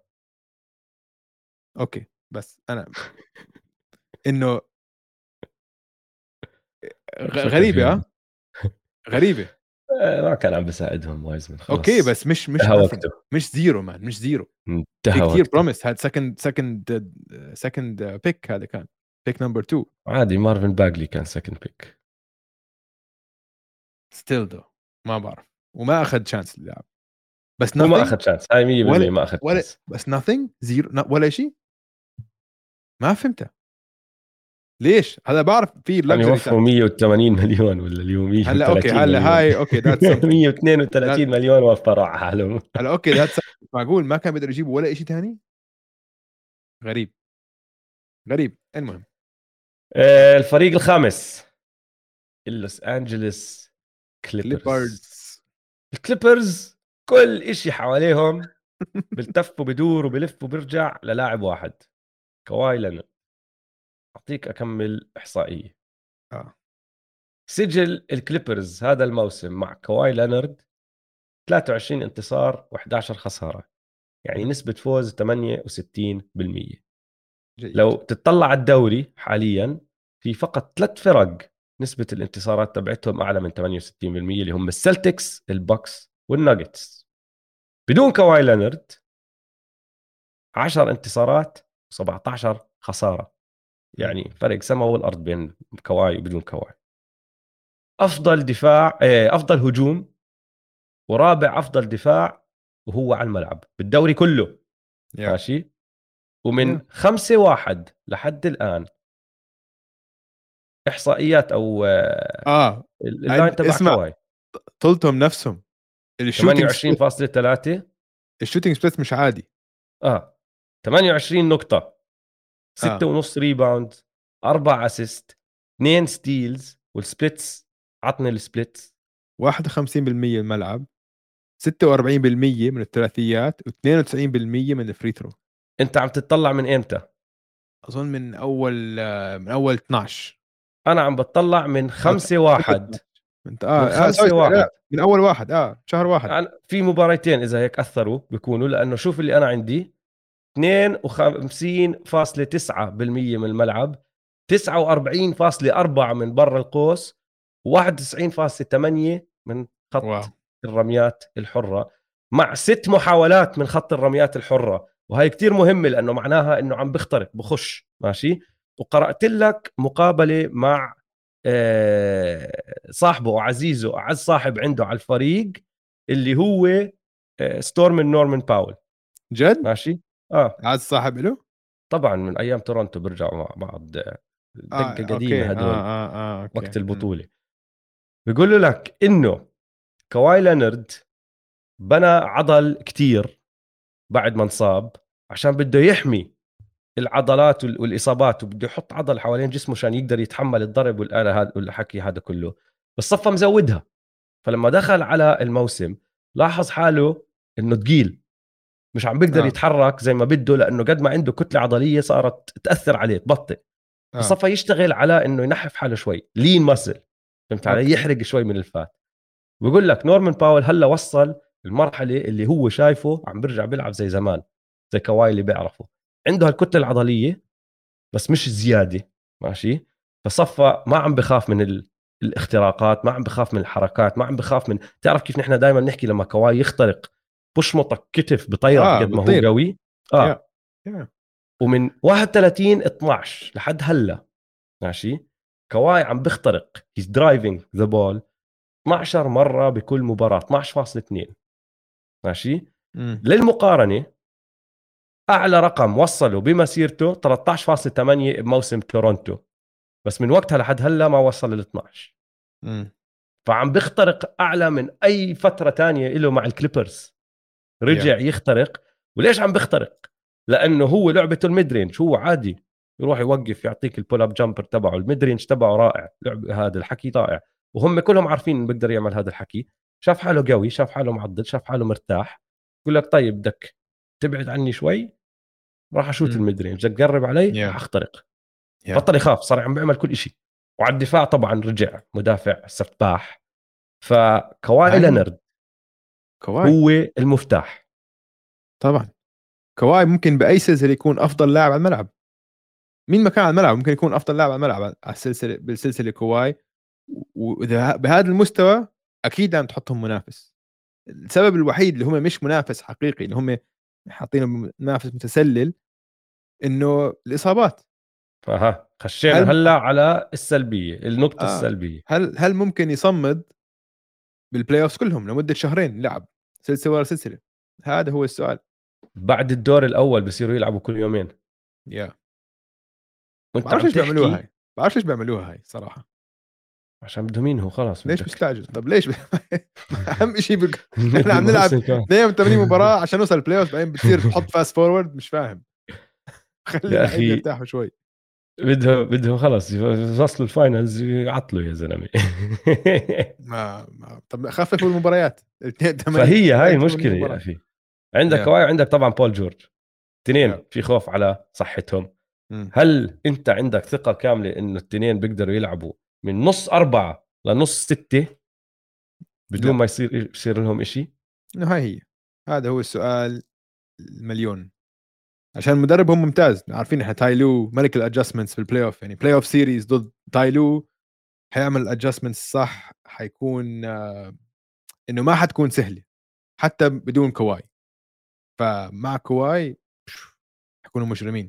اوكي بس انا انه شو غريبه تفهم. غريبه. ما كان عم بساعدهم وايزمن اوكي خلص. بس مش انتهى nothing، وقته. مش زيرو مان، مش زيرو. في انتهى كثير وقته. بروميس. هذا سكند بيك، هذا كان بيك نمبر 2 عادي، مارفن باجلي كان سكند بيك. ستيل دو. ما بعرف، وما اخذ شانس اللعب، بس هو ما nothing. اخذ شانس، هاي 100% ولا ما اخذ ولا شانس. بس nothing زيرو ولا شيء. ما فهمتها ليش. هذا بعرف في كان لكجري يوفروا 180 مليون ولا اليوم هلا اوكي 130 هلا مليون. هاي اوكي ذات سمثينج. 132 مليون وفروا على حالهم. هلا اوكي ذات معقول ما كان بيقدر يجيبوا ولا شيء ثاني. غريب غريب. المهم الفريق الخامس اللوس انجلوس كليبرز. كليبرز. الكليبرز كل إشي حواليهم بلتف وبدور وبلف وبرجع للاعب واحد، كواي لينارد. اعطيك اكمل احصائيه. اه سجل الكليبرز هذا الموسم مع كواي لينارد 23 انتصار و11 خساره، يعني نسبه فوز 68%. جيد. لو تطلع على الدوري حاليا في فقط 3 فرق نسبه الانتصارات تبعتهم اعلى من 68%، اللي هم السلتكس، البوكس، والناجتس. بدون كواي لينارد 10 انتصارات و17 خساره، مم. يعني فرق سما والارض بين كواي وبدون كواي. افضل دفاع افضل هجوم ورابع افضل دفاع وهو على الملعب بالدوري كله. يا ماشي. يا ومن 5-1 لحد الان احصائيات او اه اللاين تبع اسمع، كواي طلتهم نفسهم. الشوتينج سبليت، 28.3. الشوتينج سبليت مش عادي. 28 نقطة، اه 6.5 ريباوند، 4 اسيست، 2 ستيلز، والسبليتس عطني السبليتس. 51% الملعب، 46% من الثلاثيات، و92% من الفري ثرو. انت عم تتطلع من امتى؟ اظن من اول 12. انا عم بتطلع من او 5-1. 12. انت من سوري خمسة سوري، لا واحد لا، من اول واحد، شهر واحد. أنا في مباراتين إذا هيك أثروا بيكونوا، لأنه شوف اللي أنا عندي 52.9% من الملعب، 49.4 من برا القوس، 91.8 من واو. خط الرميات الحرة، مع 6 محاولات من خط الرميات الحرة. وهي كتير مهمة لأنه معناها أنه عم بخترق بخش ماشي. وقرأت لك مقابلة مع صاحبه وعزيزه أعز صاحب عنده على الفريق، اللي هو ستورم نورمان باول. جد؟ ماشي. عاد صاحب له. طبعا من ايام تورونتو بيرجعوا مع بعض، دقه اوكي. قديمه هدول اوكي. وقت البطوله. بيقولوا لك انه كواي لينارد بنى عضل كتير بعد ما انصاب، عشان بده يحمي العضلات والاصابات، وبده يحط عضل حوالين جسمه عشان يقدر يتحمل الضرب والآلة هذا والحكي هذا كله. بس صفى مزودها. فلما دخل على الموسم لاحظ حاله انه ثقيل، مش عم بيقدر اه يتحرك زي ما بده، لانه قد ما عنده كتله عضليه صارت تاثر عليه تبطئ. اه فصفى يشتغل على انه ينحف حاله شوي، لين ماسل، فهمت علي، اوكي. يحرق شوي من الفات. بقول لك نورمان باول هلا وصل المرحله اللي هو شايفه عم بيرجع بيلعب زي زمان، زي كواي اللي بيعرفه. عنده هالكتله العضليه بس مش زياده. ماشي. فصفى ما عم بخاف من الاختراقات، ما عم بخاف من الحركات، ما عم بخاف من، تعرف كيف نحن دائما نحكي لما كواي يخترق بشمطك كتف بطيرك قد ما هو بتطير. قوي. يا اه. يا ومن 31-12 لحد هلا ماشي، كواي عم بيخترق هيز درايفنج ذا بول 12 مره بكل مباراه، 12.2. ماشي. امم للمقارنه اعلى رقم وصله بمسيرته 13.8 بموسم تورونتو، بس من وقتها لحد هلا ما وصل لل 12. امم فعم بيخترق اعلى من اي فتره تانية له مع الكليبرز. يا رجع يخترق. وليش عم بيخترق؟ لانه هو لعبته الميدرينج، هو عادي يروح يوقف يعطيك البول اب جامبر تبعه، الميدرينج تبعه رائع، لعب هذا الحكي رائع، وهم كلهم عارفين انه بيقدر يعمل هذا الحكي. شاف حاله قوي، شاف حاله معضل، شاف حاله مرتاح، يقول لك طيب بدك تبعد عني شوي، راح اشوت امم الميدرينج، بدك تقرب علي راح يا اخترق. يا بطل يخاف، صار عم بيعمل كل شيء. وعلى الدفاع طبعا رجع مدافع سفاح. فكواي هاي لينارد كواي. هو المفتاح. طبعا كواي ممكن باي سلسله يكون افضل لاعب على الملعب. مين مكان على الملعب ممكن يكون افضل لاعب على الملعب على السلسله، بالسلسله كواي. واذا بهذا المستوى اكيد لازم تحطهم منافس. السبب الوحيد اللي هم مش منافس حقيقي، اللي هم حاطينه منافس متسلل، انه الاصابات. فها خشينا هل هلا على السلبيه، النقطه اه السلبيه. هل ممكن يصمد بالبلاي اوف كلهم لمده شهرين لعب سلسله ورا سلسله؟ هذا هو السؤال. بعد الدور الاول بصيروا يلعبوا كل يومين. يا وانت بعرفش عم ليش بيعملوها تحكي هاي، بعرفش ليش بيعملوها هاي صراحه. عشان بدهم ينهوا خلاص ليش بدك. مستعجل؟ طب ليش اهم شيء نحن نمد عم نلعب الموسم كمان. 82 مباراه عشان نوصل البلاي اوف، بعدين بتصير تحط فاست فورورد؟ مش فاهم. خلي يا اللعيبه اخي يرتاحوا شوي. بدهم خلص يوصلوا الفاينلز يعطلوا يا زلمه. طب خففوا المباريات 82 فهي هاي 82 المشكله يا مباراه. اخي. عندك يا كواي وعندك طبعا بول جورج، يا اثنين في خوف على صحتهم. مم. هل انت عندك ثقه كامله انه الاثنين بيقدروا يلعبوا من نص 4 لنص 6 بدون لا ما يصير لهم إشي؟ انه هاي هي، هذا هو السؤال المليون. عشان المدرب هم ممتاز، عارفين احنا تايلو ملك الادجستمنتس في البلاي اوف، يعني بلاي اوف سيريز ضد تايلو حيعمل الادجستمنتس صح، حيكون انه ما حتكون سهله حتى بدون كواي. فمع كواي حيكونوا مجرمين.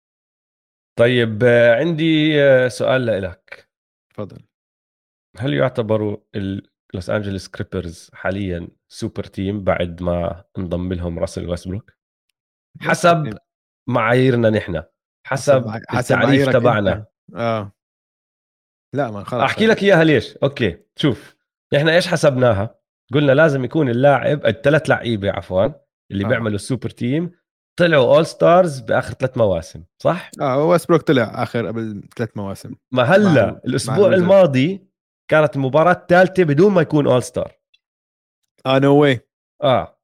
طيب عندي سؤال لك. تفضل. هل يعتبروا لوس أنجلوس كريبرز حاليا سوبر تيم بعد ما انضم لهم راسل ويستبروك؟ بس حسب يعني معاييرنا نحن، حسب حسب التعريف معاييرك تبعنا. انت. اه لا ما خلص احكي لك اياها ليش. اوكي شوف، احنا ايش حسبناها؟ قلنا لازم يكون اللاعب الثلاث لعيبه عفوا اللي اه بيعملوا السوبر تيم طلعوا اول ستارز باخر 3 مواسم، صح؟ اه ويستبروك طلع اخر قبل 3 مواسم ما مع هلا مع الاسبوع الويزرد. الماضي كانت المباراه الثالثه بدون ما يكون اول ستار. اه نو واي. اه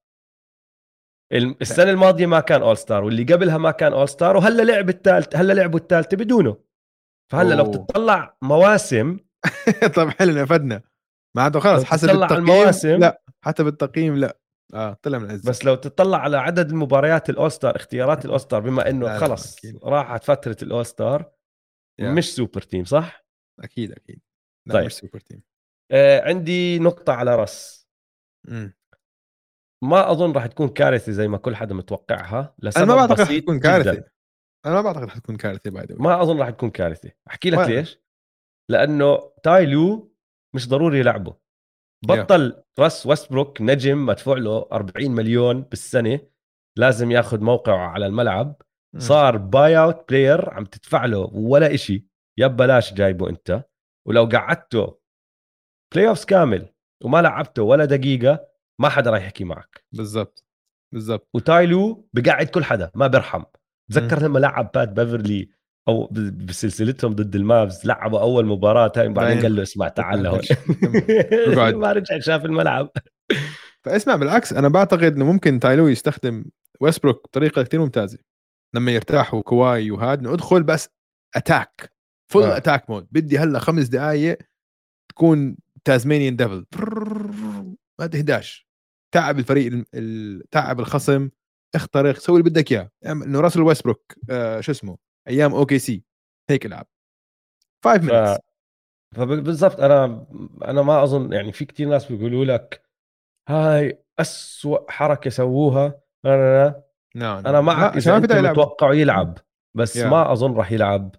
السنه الماضيه ما كان اول ستار، واللي قبلها ما كان اول ستار، وهلا لعب الثالث، هلا لعبوا الثالثه بدونه. فهلا لو اوه بتطلع مواسم، طب حلو نفدنا. معناته خلص لو حسب تطلع على التقييم المواسم، لا، حسب التقييم لا. اه طلع من الأجزاء. بس لو تطلع على عدد المباريات الاوستار، اختيارات الاوستار، بما انه لا لا خلص اكيد. راحت فتره الاوستار، يا مش سوبر تيم، صح؟ اكيد اكيد. لا مش طيب سوبر تيم. عندي نقطه على راس. امم ما اظن راح تكون كارثه زي ما كل حدا متوقعها، انا ما لسبب بعتقد بسيط حتكون كارثه. جدا. انا ما بعتقد حتكون كارثه باي ذا واي. ما اظن راح تكون كارثه، احكي لك ولا ليش. لانه تايلو مش ضروري يلعبه. يا بطل راس ويستبروك نجم مدفوع له 40 مليون بالسنه، لازم ياخذ موقعه على الملعب. امم صار باي اوت بلاير، عم تدفع له ولا إشي، يا ببلاش جايبه انت. ولو قعدته بلاي اوفز كامل وما لعبته ولا دقيقه، ما حدا راح يحكي معك. بالضبط بالضبط. وتايلو بقعد كل حدا، ما بيرحم. امم تذكر لما لعب بات بيفرلي او بسلسلتهم ضد المافز، لعبوا اول مباراه هاي بعدين بعدين قال له اسمع تعال لهون. بتعالش كمل بقعد. ما رجع شاف الملعب. فاسمع بالعكس انا بعتقد انه ممكن تايلو يستخدم ويسبروك بطريقه كثير ممتازه. لما يرتاحوا كواي وهاد انه ادخل بس اتاك، فول اه اتاك مود، بدي هلا 5 دقائق تكون تازمانيان ديفل، ما تهداش، تعب الفريق تعب الخصم، اخترق، سوي اللي بدك اياه. انه راسل ويسبروك شو اسمه ايام اوكي سي هيك العب 5 ف minutes. فبالضبط انا ما اظن، يعني في كتير ناس بيقولوا لك هاي أسوأ حركه سووها. لا لا لا، لا لا انا لا لا معك عشان اذا ما في انت داعي يلعبوا. متوقعه يلعب، بس يا ما اظن راح يلعب.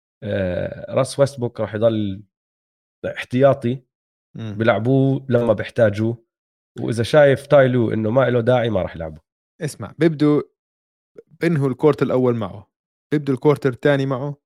راس ويستبوك راح يضل احتياطي، مم. بيلعبوه لما بيحتاجوه. واذا شايف تايلو انه ما له داعي، ما راح يلعبه. اسمع بينهوا الكورت الاول معه، بيبدوا الكورت الثاني معه،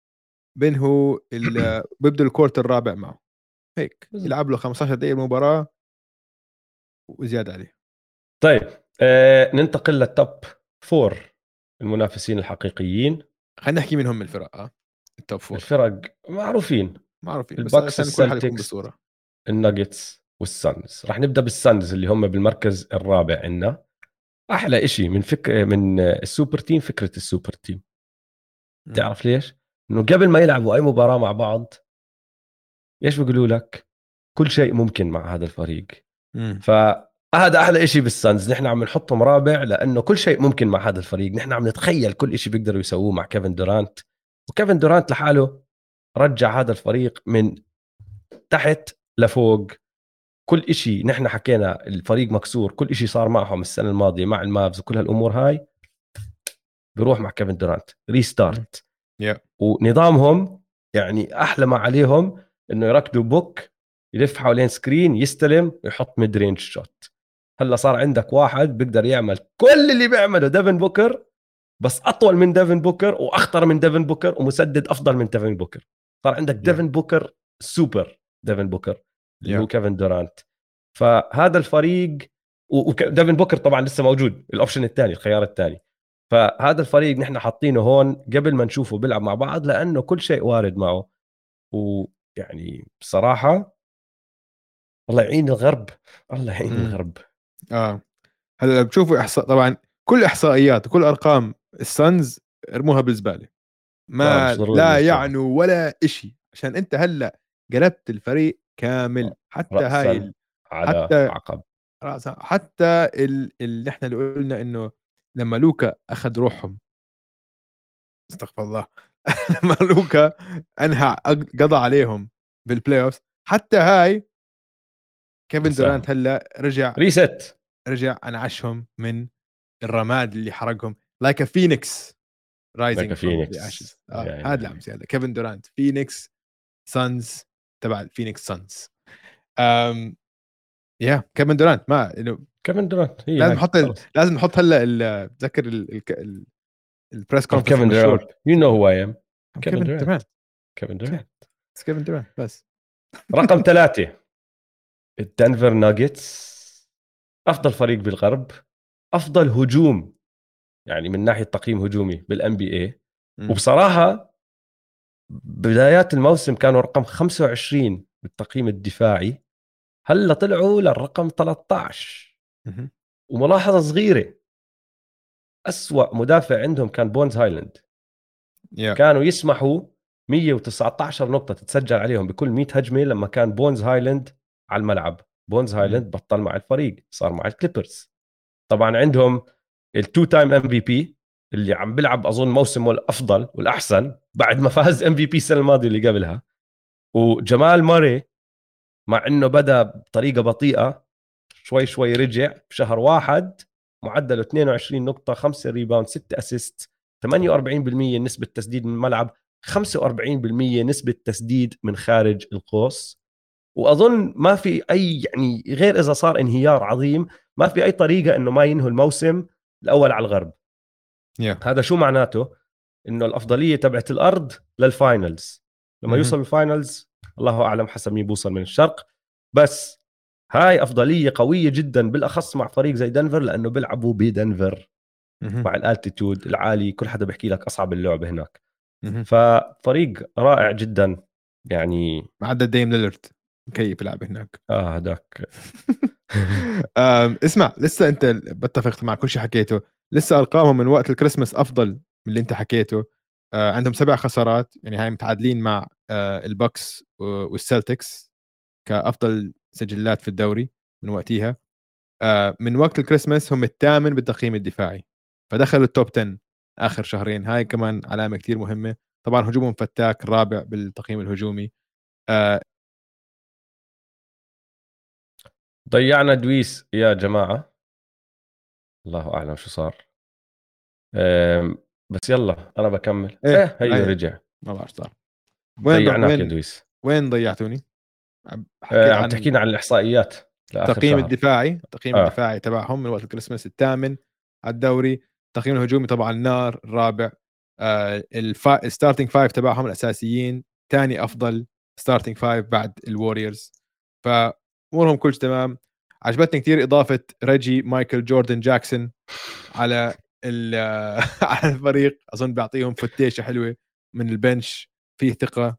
بيبدوا الكورت الرابع معه، هيك بالضبط. يلعب له 15 دقيقه المباراه وزياده عليه. طيب ننتقل للتوب فور، المنافسين الحقيقيين. خلينا نحكي مين هم الفرق التوب فور. الفرق معروفين: معروفين بس الباكس، عشان كل حد يكون السلتكس، بصوره. الناجتس، والسانز. راح نبدا بالسانز اللي هم بالمركز الرابع عندنا. احلى إشي من من السوبر تيم، فكره السوبر تيم. مم. تعرف ليش؟ انه قبل ما يلعبوا اي مباراه مع بعض، ايش بيقولوا لك؟ كل شيء ممكن مع هذا الفريق. مم. فهذا احلى إشي بالسانز، نحن عم نحطهم رابع لانه كل شيء ممكن مع هذا الفريق. نحن عم نتخيل كل إشي بيقدروا يسووه مع كيفن دورانت. وكيفن دورانت لحاله رجع هذا الفريق من تحت لفوق. كل إشي نحن حكينا الفريق مكسور، كل إشي صار معهم السنة الماضية مع المافز وكل هالأمور هاي، بيروح مع كيفن دورانت مم. ريستارت. يا ونظامهم يعني أحلى ما عليهم إنه يركضوا بوك، يلف حوالين سكرين، يستلم، ويحط ميد رينج شوت. هلا صار عندك واحد بيقدر يعمل كل اللي بيعمله ديفن بوكر، بس أطول من ديفن بوكر وأخطر من ديفن بوكر ومسدد أفضل من ديفن بوكر. صار عندك يا ديفن بوكر سوبر ديفن بوكر اللي يا هو كيفن دورانت. فهذا الفريق، وديفن بوكر طبعا لسه موجود، الاوبشن الثاني، الخيار الثاني. فهذا الفريق نحن حاطينه هون قبل ما نشوفه بيلعب مع بعض، لانه كل شيء وارد معه. ويعني بصراحه الله يعين الغرب، الله يعين مم. الغرب. اه هلا بتشوفوا احصاء طبعا، كل احصائيات وكل ارقام السانز ارموها بالزباله، مش ما ضروري لا نرجعها. يعنوا ولا إشي. عشان انت هلا قلبت الفريق كامل، حتى هاي راسا على حتى عقب. خلاص حتى اللي احنا اللي قلنا انه لما لوكا اخذ روحهم، استغفر الله. لما لوكا انهى قضى عليهم بالبلاي اوف، حتى هاي كيفن انساهم. دورانت هلا ريست. رجع انعشهم من الرماد اللي حرقهم لايك فينيكس لك رايزنج فروم ذا فينيكس. اشز. هذا اللي عم يصير كيفن دورانت فينيكس سانز تبع الفينيكس سانز. يا كيفن دورانت ما إنه كيفن دورانت هي لازم هاي نحط خلص. لازم نحط هلا تذكر البريس كونفرنس كيفن المشهور. دورانت يو نو هو اي ام. كيفن كيفن دورانت. دورانت. كيفن دورانت. كيفن دورانت بس. رقم 3 الدنفر ناجتس، افضل فريق بالغرب، افضل هجوم يعني من ناحيه تقييم هجومي بالان بي اي. مم. وبصراحه بدايات الموسم كانوا رقم 25 بالتقييم الدفاعي، هلا طلعوا للرقم 13. مهم. وملاحظه صغيره، أسوأ مدافع عندهم كان بونز هايلاند. يا كانوا يسمحوا 119 نقطة تتسجل عليهم بكل 100 هجمة لما كان بونز هايلاند على الملعب. بونز مم. هايلاند بطل مع الفريق، صار مع الكليبرز. طبعا عندهم التو تايم ام في بي اللي عم بيلعب اظن موسمه الافضل والاحسن بعد ما فاز ام في بي السنه الماضيه اللي قبلها. وجمال ماري مع انه بدا بطريقه بطيئه شوي شوي رجع بشهر واحد معدله 22 نقطه، 5 ريباوند، 6 اسيست، 48% نسبه تسديد من الملعب، 45% نسبه تسديد من خارج القوس. واظن ما في اي يعني غير اذا صار انهيار عظيم ما في اي طريقه انه ما ينهوا الموسم الاول على الغرب. يا هذا شو معناته؟ انه الافضليه تبعت الارض للفاينلز. لما مهم. يوصل الفاينلز الله اعلم حسب مين بوصل من الشرق، بس هاي افضليه قويه جدا بالاخص مع فريق زي دنفر لانه بيلعبوا بدنفر مهم. مع الالتيتود العالي. كل حدا بيحكي لك اصعب اللعبه هناك. مهم. ففريق رائع جدا يعني. ما عدا ديم ليلرد مكيف يلعب هناك. هداك. اسمع، لسه انت بتفق مع كل شيء حكيته. لسه ارقامهم من وقت الكريسماس افضل من اللي انت حكيته. عندهم 7 خسارات، يعني هاي متعادلين مع البوكس والسلتكس كافضل سجلات في الدوري من وقتها. من وقت الكريسماس هم الثامن بالتقييم الدفاعي، فدخلوا التوب 10 اخر شهرين. هاي كمان علامه كتير مهمه. طبعا هجومهم فتاك، الرابع بالتقييم الهجومي. آه، ضيعنا دويس يا جماعه، الله اعلم شو صار. أم، بس يلا انا بكمل. ايه هيو هاي رجع. ما بعرف صار ضيعناك يا وين. دويس. وين ضيعتوني؟ حكيت عم عن تحكينا عن الاحصائيات لاخر شهر. التقييم اه الدفاعي تبعهم من وقت الكريسماس الثامن على الدوري. التقييم الهجومي طبعا نار الرابع. الستارتنج فايف تبعهم الاساسيين ثاني افضل ستارتنج فايف بعد الوريورز. فامورهم كلش تمام. عجبتني كثير اضافه ريجي مايكل جوردن جاكسون على على الفريق. اظن بيعطيهم فتيشه حلوه من البنش، فيه ثقه.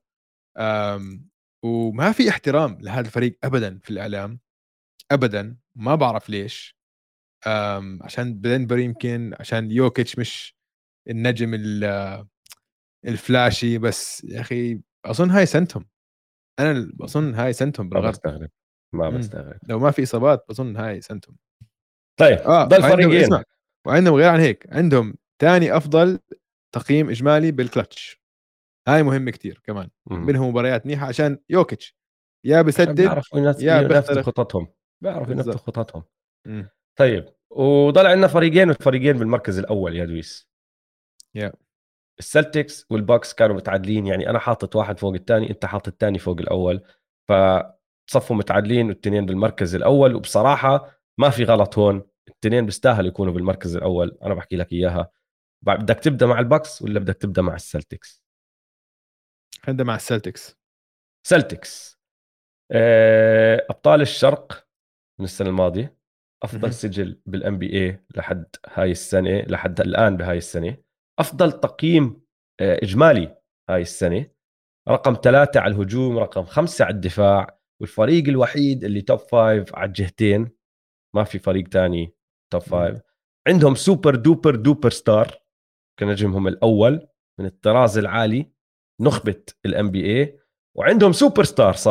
وما في احترام لهذا الفريق ابدا في الاعلام، ابدا. ما بعرف ليش. عشان دنفر، يمكن عشان يوكيتش مش النجم الفلاشي. بس يا اخي اظن هاي سنتهم. انا اظن هاي سنتهم ما بالغرب. بستغرب ما مم. بستغرب. لو ما في اصابات بظن هاي سنتهم. طيب ضل وعندهم فريقين. اسمع، وعندهم غير عن هيك عندهم ثاني افضل تقييم اجمالي بالكلتش. هاي مهمه كتير كمان. مم. بينهم مباريات منيحه عشان يوكيتش يا عشان بسدد بيعرفوا يا ينفذوا بيخترق. خططهم. بيعرفوا ينفذوا بالضبط. خططهم. مم. طيب وضل عندنا فريقين، والفريقين بالمركز الاول يا دويس. يا السلتكس والبوكس كانوا متعادلين، يعني انا حاطط واحد فوق الثاني، انت حاطط الثاني فوق الاول، فصفوا متعادلين والتنين بالمركز الاول. وبصراحه ما في غلط هون، التنين بيستاهل يكونوا بالمركز الاول. انا بحكي لك اياها. بدك تبدا مع البوكس ولا بدك تبدا مع السلتكس؟ خلينا مع السلتكس. سلتكس ابطال الشرق من السنه الماضيه، افضل مهم. سجل بالان بي اي لحد هاي السنه، لحد الان بهاي السنه. افضل تقييم اجمالي هاي السنه، رقم 3 على الهجوم، رقم 5 على الدفاع، والفريق الوحيد اللي توب 5 على الجهتين. ما في فريق تاني توب 5. مهم. عندهم سوبر دوبر دوبر ستار كنجمهم الاول من الطراز العالي، نخبه الام بي اي. وعندهم سوبر ستار صار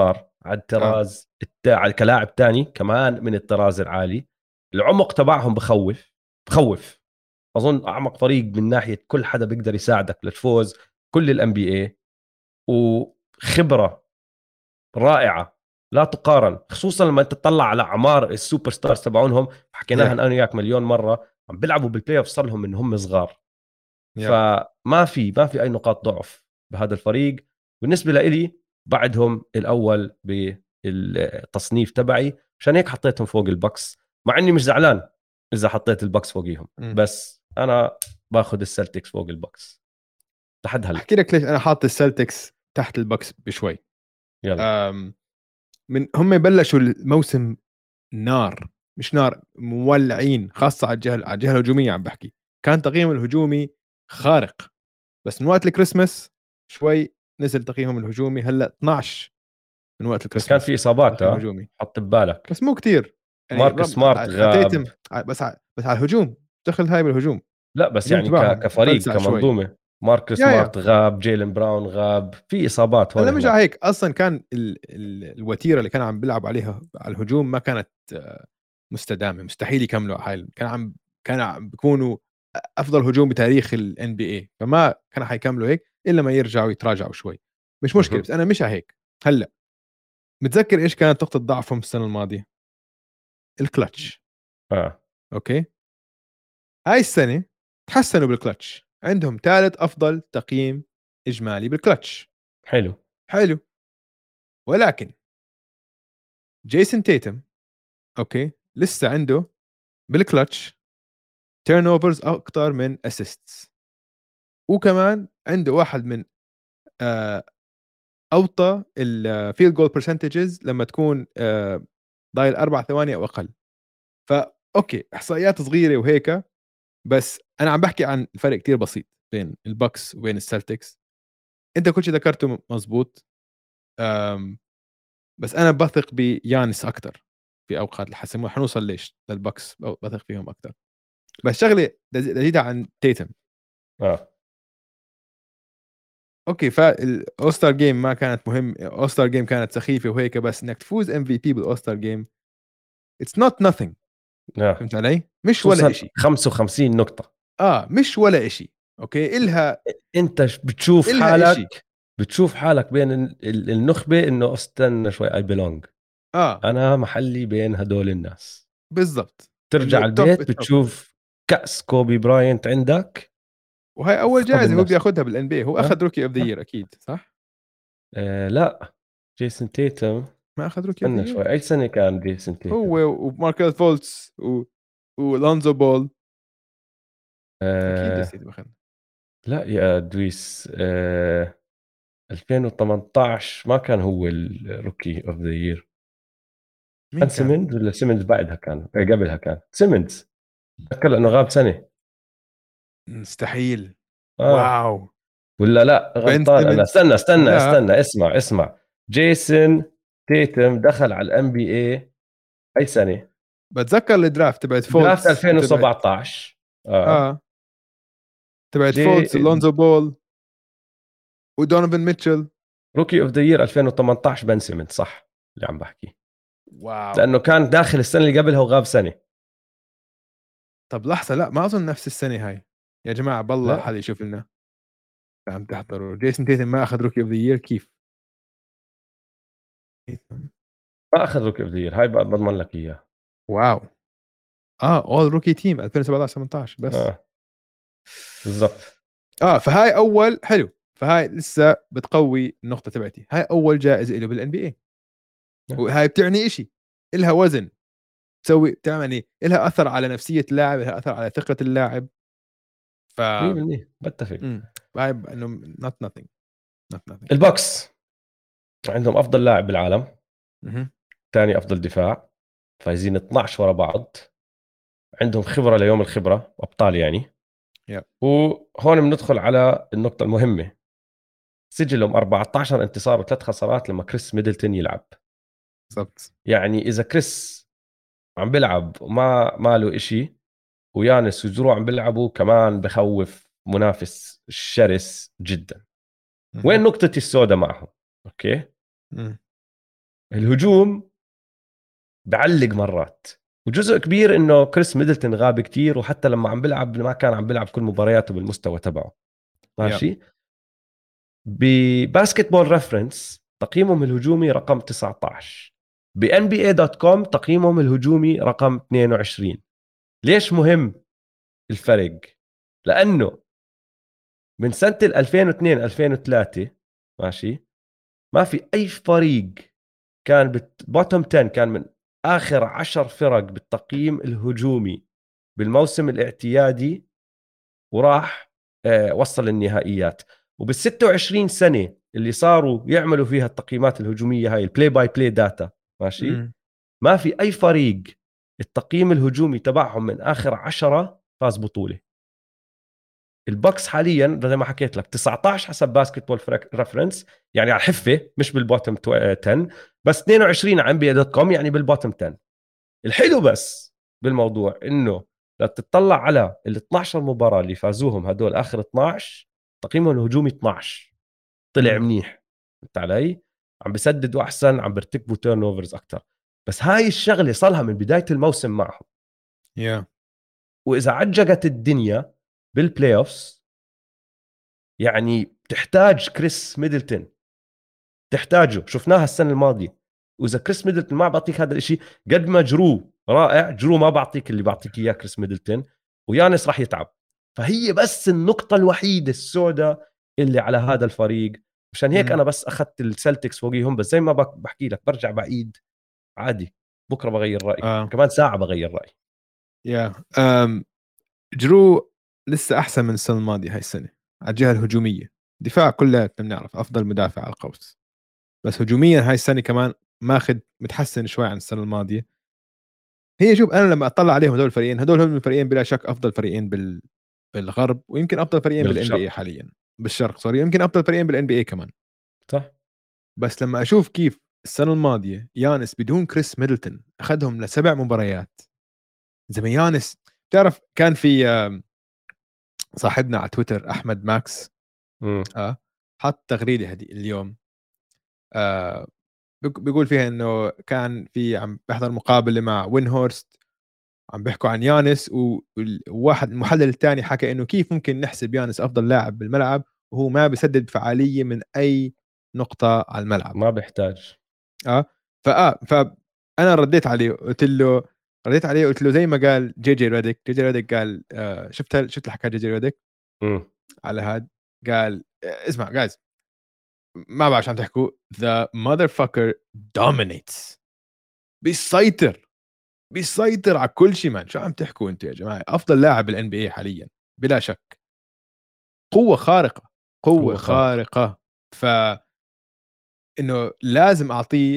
على الطراز كلاعب تاني كمان من الطراز العالي. العمق تبعهم بخوف. اظن اعمق فريق من ناحيه كل حدا بيقدر يساعدك للفوز كل الان بي اي، وخبره رائعه لا تقارن، خصوصا لما انت تطلع على اعمار السوبر ستارز تبعونهم. حكيناها انا وياك مليون مره، عم بيلعبوا بالبلاي اوف صار لهم من هم صغار. فما في اي نقاط ضعف بهذا الفريق. بالنسبه لي بعدهم الاول بالتصنيف تبعي، عشان هيك حطيتهم فوق البكس، مع اني مش زعلان اذا حطيت البكس فوقيهم. بس انا باخذ السلتكس فوق البكس لحد هلا. احكي لك ليش انا حاطط السلتكس تحت البكس بشوي. يلا. من هم بلشوا الموسم نار، مش نار، مولعين، خاصه على الجهه الهجوميه. عم بحكي كان تقييم الهجومي خارق، بس من وقت الكريسماس شوي نزل تقييمهم الهجومي. هلا 12 من وقت بس كان الكريسماس في اصابات، تقييم هجومي، حط ببالك. بس مو كتير يعني. مارك سمارت غاب. تيتم بس على الهجوم دخل هاي بالهجوم. لا بس الهجوم يعني تبعهم كفريق فلسع شوي. كمنظومه، مارك يا سمارت غاب، جيلن براون غاب، في اصابات هون هلا مش هناك. على هيك، اصلا كان الوتيره اللي كان عم بيلعب عليها على الهجوم ما كانت مستدامه، مستحيل يكملوا هاي. كان عم بيكونوا افضل هجوم بتاريخ الان بي اي، فما كانوا حيكملوا هيك الا ما يرجعوا يتراجعوا شوي. مش مشكله، بس انا مش على هيك. هلا متذكر ايش كانت نقطه ضعفهم السنه الماضيه؟ الكلتش. اوكي، هاي السنه تحسنوا بالكلتش، عندهم ثالث افضل تقييم اجمالي بالكلتش. حلو. حلو، ولكن جيسون تيتم اوكي لسه عنده بالكلتش تيرن اوفرز اكثر من اسيستس، وكمان عنده واحد من اوطى الفيلد جول برسنتجز لما تكون ضايل 4 ثواني او اقل. فا اوكي احصائيات صغيره وهيك، بس انا عم بحكي عن الفرق كتير بسيط بين البكس وبين السلتكس. انت كل شيء ذكرته مزبوط، بس انا بثق بيانس اكثر في اوقات الحسم، وحنوصل ليش للبكس بثق فيهم اكثر. بس شغله جديده عن تيتم. اوكي، فالاوستر جيم ما كانت مهم، اوستر جيم كانت سخيفه وهيك، بس انك تفوز ام في بي بالاوستر جيم اتس نوت nothing. فهمت علي؟ مش ولا خصوصا إشي. 55 نقطه. مش ولا إشي. اوكي، انت بتشوف إلها إشي. حالك بين النخبه، انه استنى شوي، اي بيلونج، انا محلي بين هدول الناس. بالضبط، ترجع انه التوب البيت التوب. بتشوف كأس كوبي براينت عندك. وهي اول ثقة جائزه هو بالنفس. بياخذها بالان بي، هو اخذ روكي اوف ذا يير اكيد صح؟ لا، جيسون تيتم. ما اخذ روكي اوف ذا استنى يير شوي، اي سنه كان جيسون هو تيتم؟ وماركل فولتس ولونزو بول. اكيد آه نسيت بخن. لا يا دويس، 2018 ما كان هو الروكي اوف ذا يير. مين كان كان؟ سيمنز ولا سيمنز بعدها كان؟ قبلها كان سيمنز. اتذكر لانه غاب سنه. مستحيل. اه واو. ولا لا، بن غلطان انا. سيمنز. استنى استنى لا، استنى، اسمع. جيسون تيتم دخل على الام بي اي اي سنه؟ بتذكر الدرافت تبعت درافت فولتس وتبعت 2017. اه تبعت جي فولتس ولونزو بول ودونوفن ميتشل. روكي اوف ذا يير 2018 بن سيمنز، صح اللي عم بحكي، واو. لانه كان داخل السنه اللي قبلها وغاب سنه. طب لحظه، لا ما اظن نفس السنه هاي يا جماعه، بالله لا حد يشوف لنا. عم تحضروا جيسون تيتم ما اخذ روكي اوف ذا يير كيف؟ ما اخذ روكي اوف ذا يير، هاي بضمن لك اياه. واو. اول روكي تيم 2017 18 بس. اه بالضبط. فهاي اول حلو. فهاي لسه بتقوي النقطه تبعتي، هاي اول جائزه له بالان بي اي، وهاي بتعني إشي، إلها وزن، بتعني إلها اثر على نفسيه اللاعب، إلها اثر على ثقه اللاعب. ف 100% بتفق. هاي انه not nothing. البوكس عندهم افضل لاعب بالعالم، ثاني افضل دفاع، فايزين 12 ورا بعض، عندهم خبره ليوم الخبره، ابطال يعني. يب. وهون بندخل على النقطه المهمه، سجلهم 14 انتصار وثلاث خسارات لما كريس ميدلتون يلعب. بالضبط. يعني اذا كريس عم بيلعب وما ماله إشي، ويانس وجرو عم بيلعبوا، كمان بخوف، منافس شرس جدا. وين نقطتي السوداء معهم؟ اوكي، الهجوم بعلق مرات، وجزء كبير انه كريس ميدلتون غاب كتير، وحتى لما عم بلعب ما كان عم بلعب كل مبارياته بالمستوى تبعه. يا ماشي. بباسكتبول ريفرنس تقييمهم الهجومي رقم 19، بNBA.com تقييمهم الهجومي رقم 22. ليش مهم الفرق؟ لأنه من سنة 2002 2003 ماشي ما في أي فريق كان بوتوم 10، كان من آخر 10 فرق بالتقييم الهجومي بالموسم الاعتيادي وراح وصل النهائيات. وبال26 سنة اللي صاروا يعملوا فيها التقييمات الهجومية هاي البلاي باي بلاي داتا ماشي، مم. ما في أي فريق التقييم الهجومي تبعهم من آخر 10 فاز بطولة. البوكس حاليا زي ما حكيت لك 19 حسب باسكتبول ريفرنس، يعني على الحفة مش بالبوتم 10، بس 22 على NBA.com يعني بالبوتم 10. الحلو بس بالموضوع انه لو تطلع على ال 12 مباراة اللي فازوهم هدول اخر 12 تقييمهم الهجومي 12 طلع مم. منيح. فهمت علي؟ عم بسددوا احسن، عم بيرتكبوا تيرن اوفرز اكثر. بس هاي الشغله صارها من بدايه الموسم معهم، يا واذا عجقت الدنيا بالبلاي اوفس يعني بتحتاج كريس ميدلتون، تحتاجه. شفناها السنه الماضيه، واذا كريس ميدلتون ما بعطيك هذا الشيء قد ما جرو رائع، جرو ما بعطيك اللي بعطيك اياه كريس ميدلتون، ويانس راح يتعب. فهي بس النقطه الوحيده السوداء اللي على هذا الفريق. مشان هيك مم. انا بس اخذت السلتكس فوقيهم. بس زي ما بحكي لك برجع بعيد عادي، بكره بغير رايي، اه كمان ساعه بغير رايي. يا جرو لسه احسن من السنه الماضيه هاي السنه على الجهه الهجوميه. دفاع كلها بنعرف افضل مدافع على القوس، بس هجوميا هاي السنه كمان ماخذ متحسن شوي عن السنه الماضيه. هي شوف انا لما اطلع عليهم هدول الفريقين، هدول هم الفريقين بلا شك افضل فريقين بالغرب، ويمكن افضل فريقين بالان بي اي بالشرق حاليا. بالشرق سوري، يمكن افضل فريقين بالان بي اي كمان. صح. بس لما اشوف كيف السنه الماضيه يانس بدون كريس ميدلتون اخذهم ل7 مباريات. زي ما يانس بتعرف كان في صاحبنا على تويتر احمد ماكس امم حط تغريده هدي اليوم، آه بيقول فيها انه كان في عم بحضر مقابله مع وين هورست، عم بيحكوا عن يانس، وواحد المحلل الثاني حكى انه كيف ممكن نحسب يانس افضل لاعب بالملعب وهو ما بيسدد فعاليه من اي نقطه على الملعب. ما بيحتاج. اه فانا رديت عليه قلت له زي ما قال جي ريديك. جي ريديك قال شفت الحكايه جي ريديك امم على هاد؟ قال اسمع جايز، ما بعرف شو عم تحكوا. the motherfucker dominates، بيسيطر على كل شيء. مان شو عم تحكوا انتوا يا جماعه؟ افضل لاعب بالان بي اي حاليا بلا شك، قوه خارقه، قوه قوه خارقه. خارقه. ف انه لازم اعطيه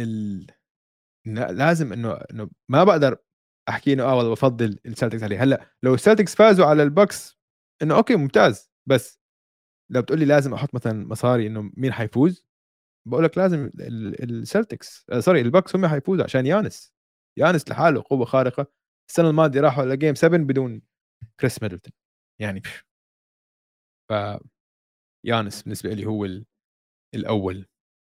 لازم انه ما بقدر احكي انه والله بفضل السلتكس عليه. هلا لو السلتكس فازوا على البكس انه اوكي ممتاز، بس لو بتقول لي لازم احط مثلا مصاري انه مين حيفوز، بقول لك لازم السلتكس سوري البكس هم حيفوزوا عشان يانس لحاله قوه خارقه. السنه الماضيه راحوا لجيم 7 بدون كريس ميدلتون يعني. ف يانس بالنسبه لي هو الاول.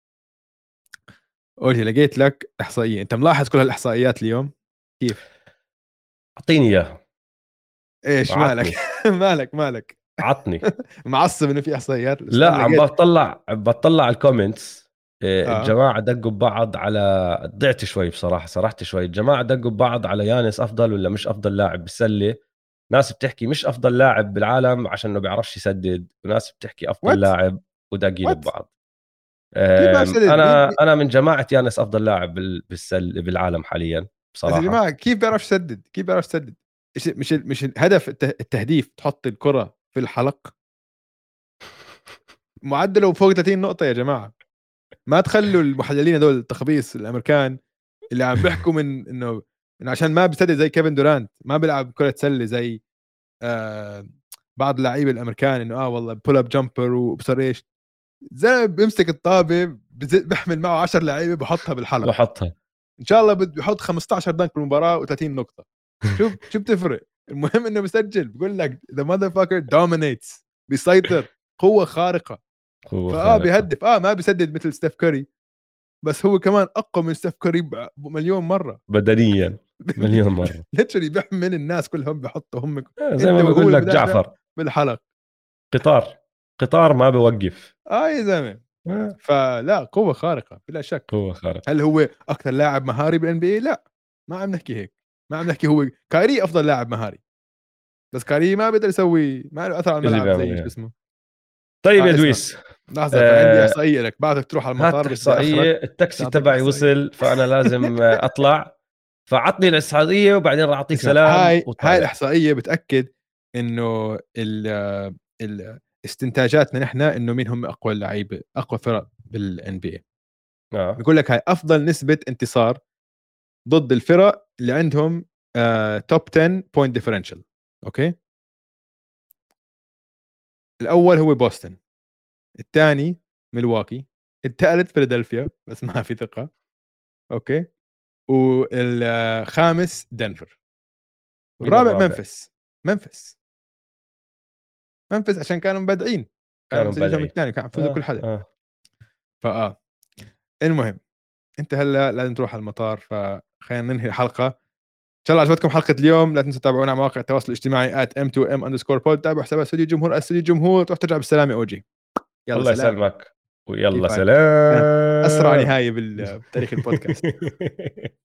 قلت لقيت لك احصائيه، انت ملاحظ كل هالاحصائيات اليوم كيف؟ اعطيني اياها. ايش مالك؟ عطني مالك عطني. معصب انه في احصائيات، بس لا انا عم لقيت. بطلع على الكومنتس. اه الجماعة دقوا ببعض على، ضعت شوي بصراحة، سرحت شوي. الجماعة دقوا ببعض على يانس أفضل ولا مش أفضل لاعب بالسلة. ناس بتحكي مش أفضل لاعب بالعالم عشان إنه بيعرفش يسدد، وناس بتحكي أفضل وات لاعب وداقين وات ببعض. كيف بيعرف يسدد؟ أنا من جماعة يانس أفضل لاعب بالعالم حاليا بس يا بصراحة. جماعه كيف بيعرف يسدد؟ مش الهدف التهديف تحط الكره في الحلق؟ معدله فوق 30 نقطه يا جماعه. ما تخلوا المحللين هذول التخبيص الامريكان اللي عم بيحكوا من انه عشان ما بيسدد زي كيفن دورانت، ما بيلعب كره سله زي آه بعض اللعيبه الامريكان، انه والله بول اب جامبر وبصر ايش. زي بيمسك الطابه بيحمل معه 10 لعيبه بحطها بالحلق. وحطها. ان شاء الله بيحط 15 دنك بالمباراه و30 نقطه. شو بتفرق؟ المهم انه بيسجل. بقول لك ذا ماذر فاكر دومينيتس، بيسيطر، قوه خارقه. قوة خارقة. بيهدف ما بيسدد مثل ستيف كوري، بس هو كمان اقوى من ستيف كوري مليون مره. بدنيا مليون مره. ليتشلي بيحمل الناس كلهم، بيحطوا هم زي انت ما وهو بقول لك المدافع جعفر، بالحلق. قطار ما بوقف. يا زلمه، آه. فلا قوه خارقه بلا شك. قوه خارق. هل هو اكثر لاعب مهاري بالان بي اي؟ لا، ما عم نحكي هيك. ما عم نحكي هو كايري افضل لاعب مهاري، بس كايري ما بيقدر يسوي، ما له اثر على اللي الملعب بيعمل زي شو إياه. اسمه. طيب يا اسمع، دويس، لحظه، فعندي آه احصائيه لك، بعدك تروح على المطار هات بس بدي اخرك. احصائيه، التاكسي تعطيك تبعي احصائيه. وصل فانا لازم اطلع، فعطني الاحصائيه وبعدين راح اعطيك اسمع، سلام هاي وطالع. الاحصائيه بتاكد انه استنتاجاتنا نحن انه مين هم اقوى اللعيبه، اقوى فرق بالان بي اي. اه بقول لك هاي افضل نسبه انتصار ضد الفرق اللي عندهم توب 10 بوينت ديفرنشال. اوكي، الاول هو بوسطن، الثاني ميلواكي، الثالث فيلادلفيا بس ما في ثقه. اوكي، والخامس دنفر، مين والرابع الرابع؟ منفس. عشان كانوا مبدعين، كانوا كانوا مسجلهم مبدعين. الثاني، كانوا عم يفوزوا كل حدا. اه المهم، انت هلا لازم تروح على المطار، فخلينا ننهي الحلقه. ان شاء الله عجبتكم حلقه اليوم. لا تنسوا تتابعونا على مواقع التواصل الاجتماعي @m2m_pod. تابعوا حسابات استوديو الجمهور @استوديو الجمهور. تروح ترجع بالسلامه اوجي. يلا الله سلام. يسلمك ويلا كيفك؟ كانت اسرع سلام. نهايه بتاريخ البودكاست.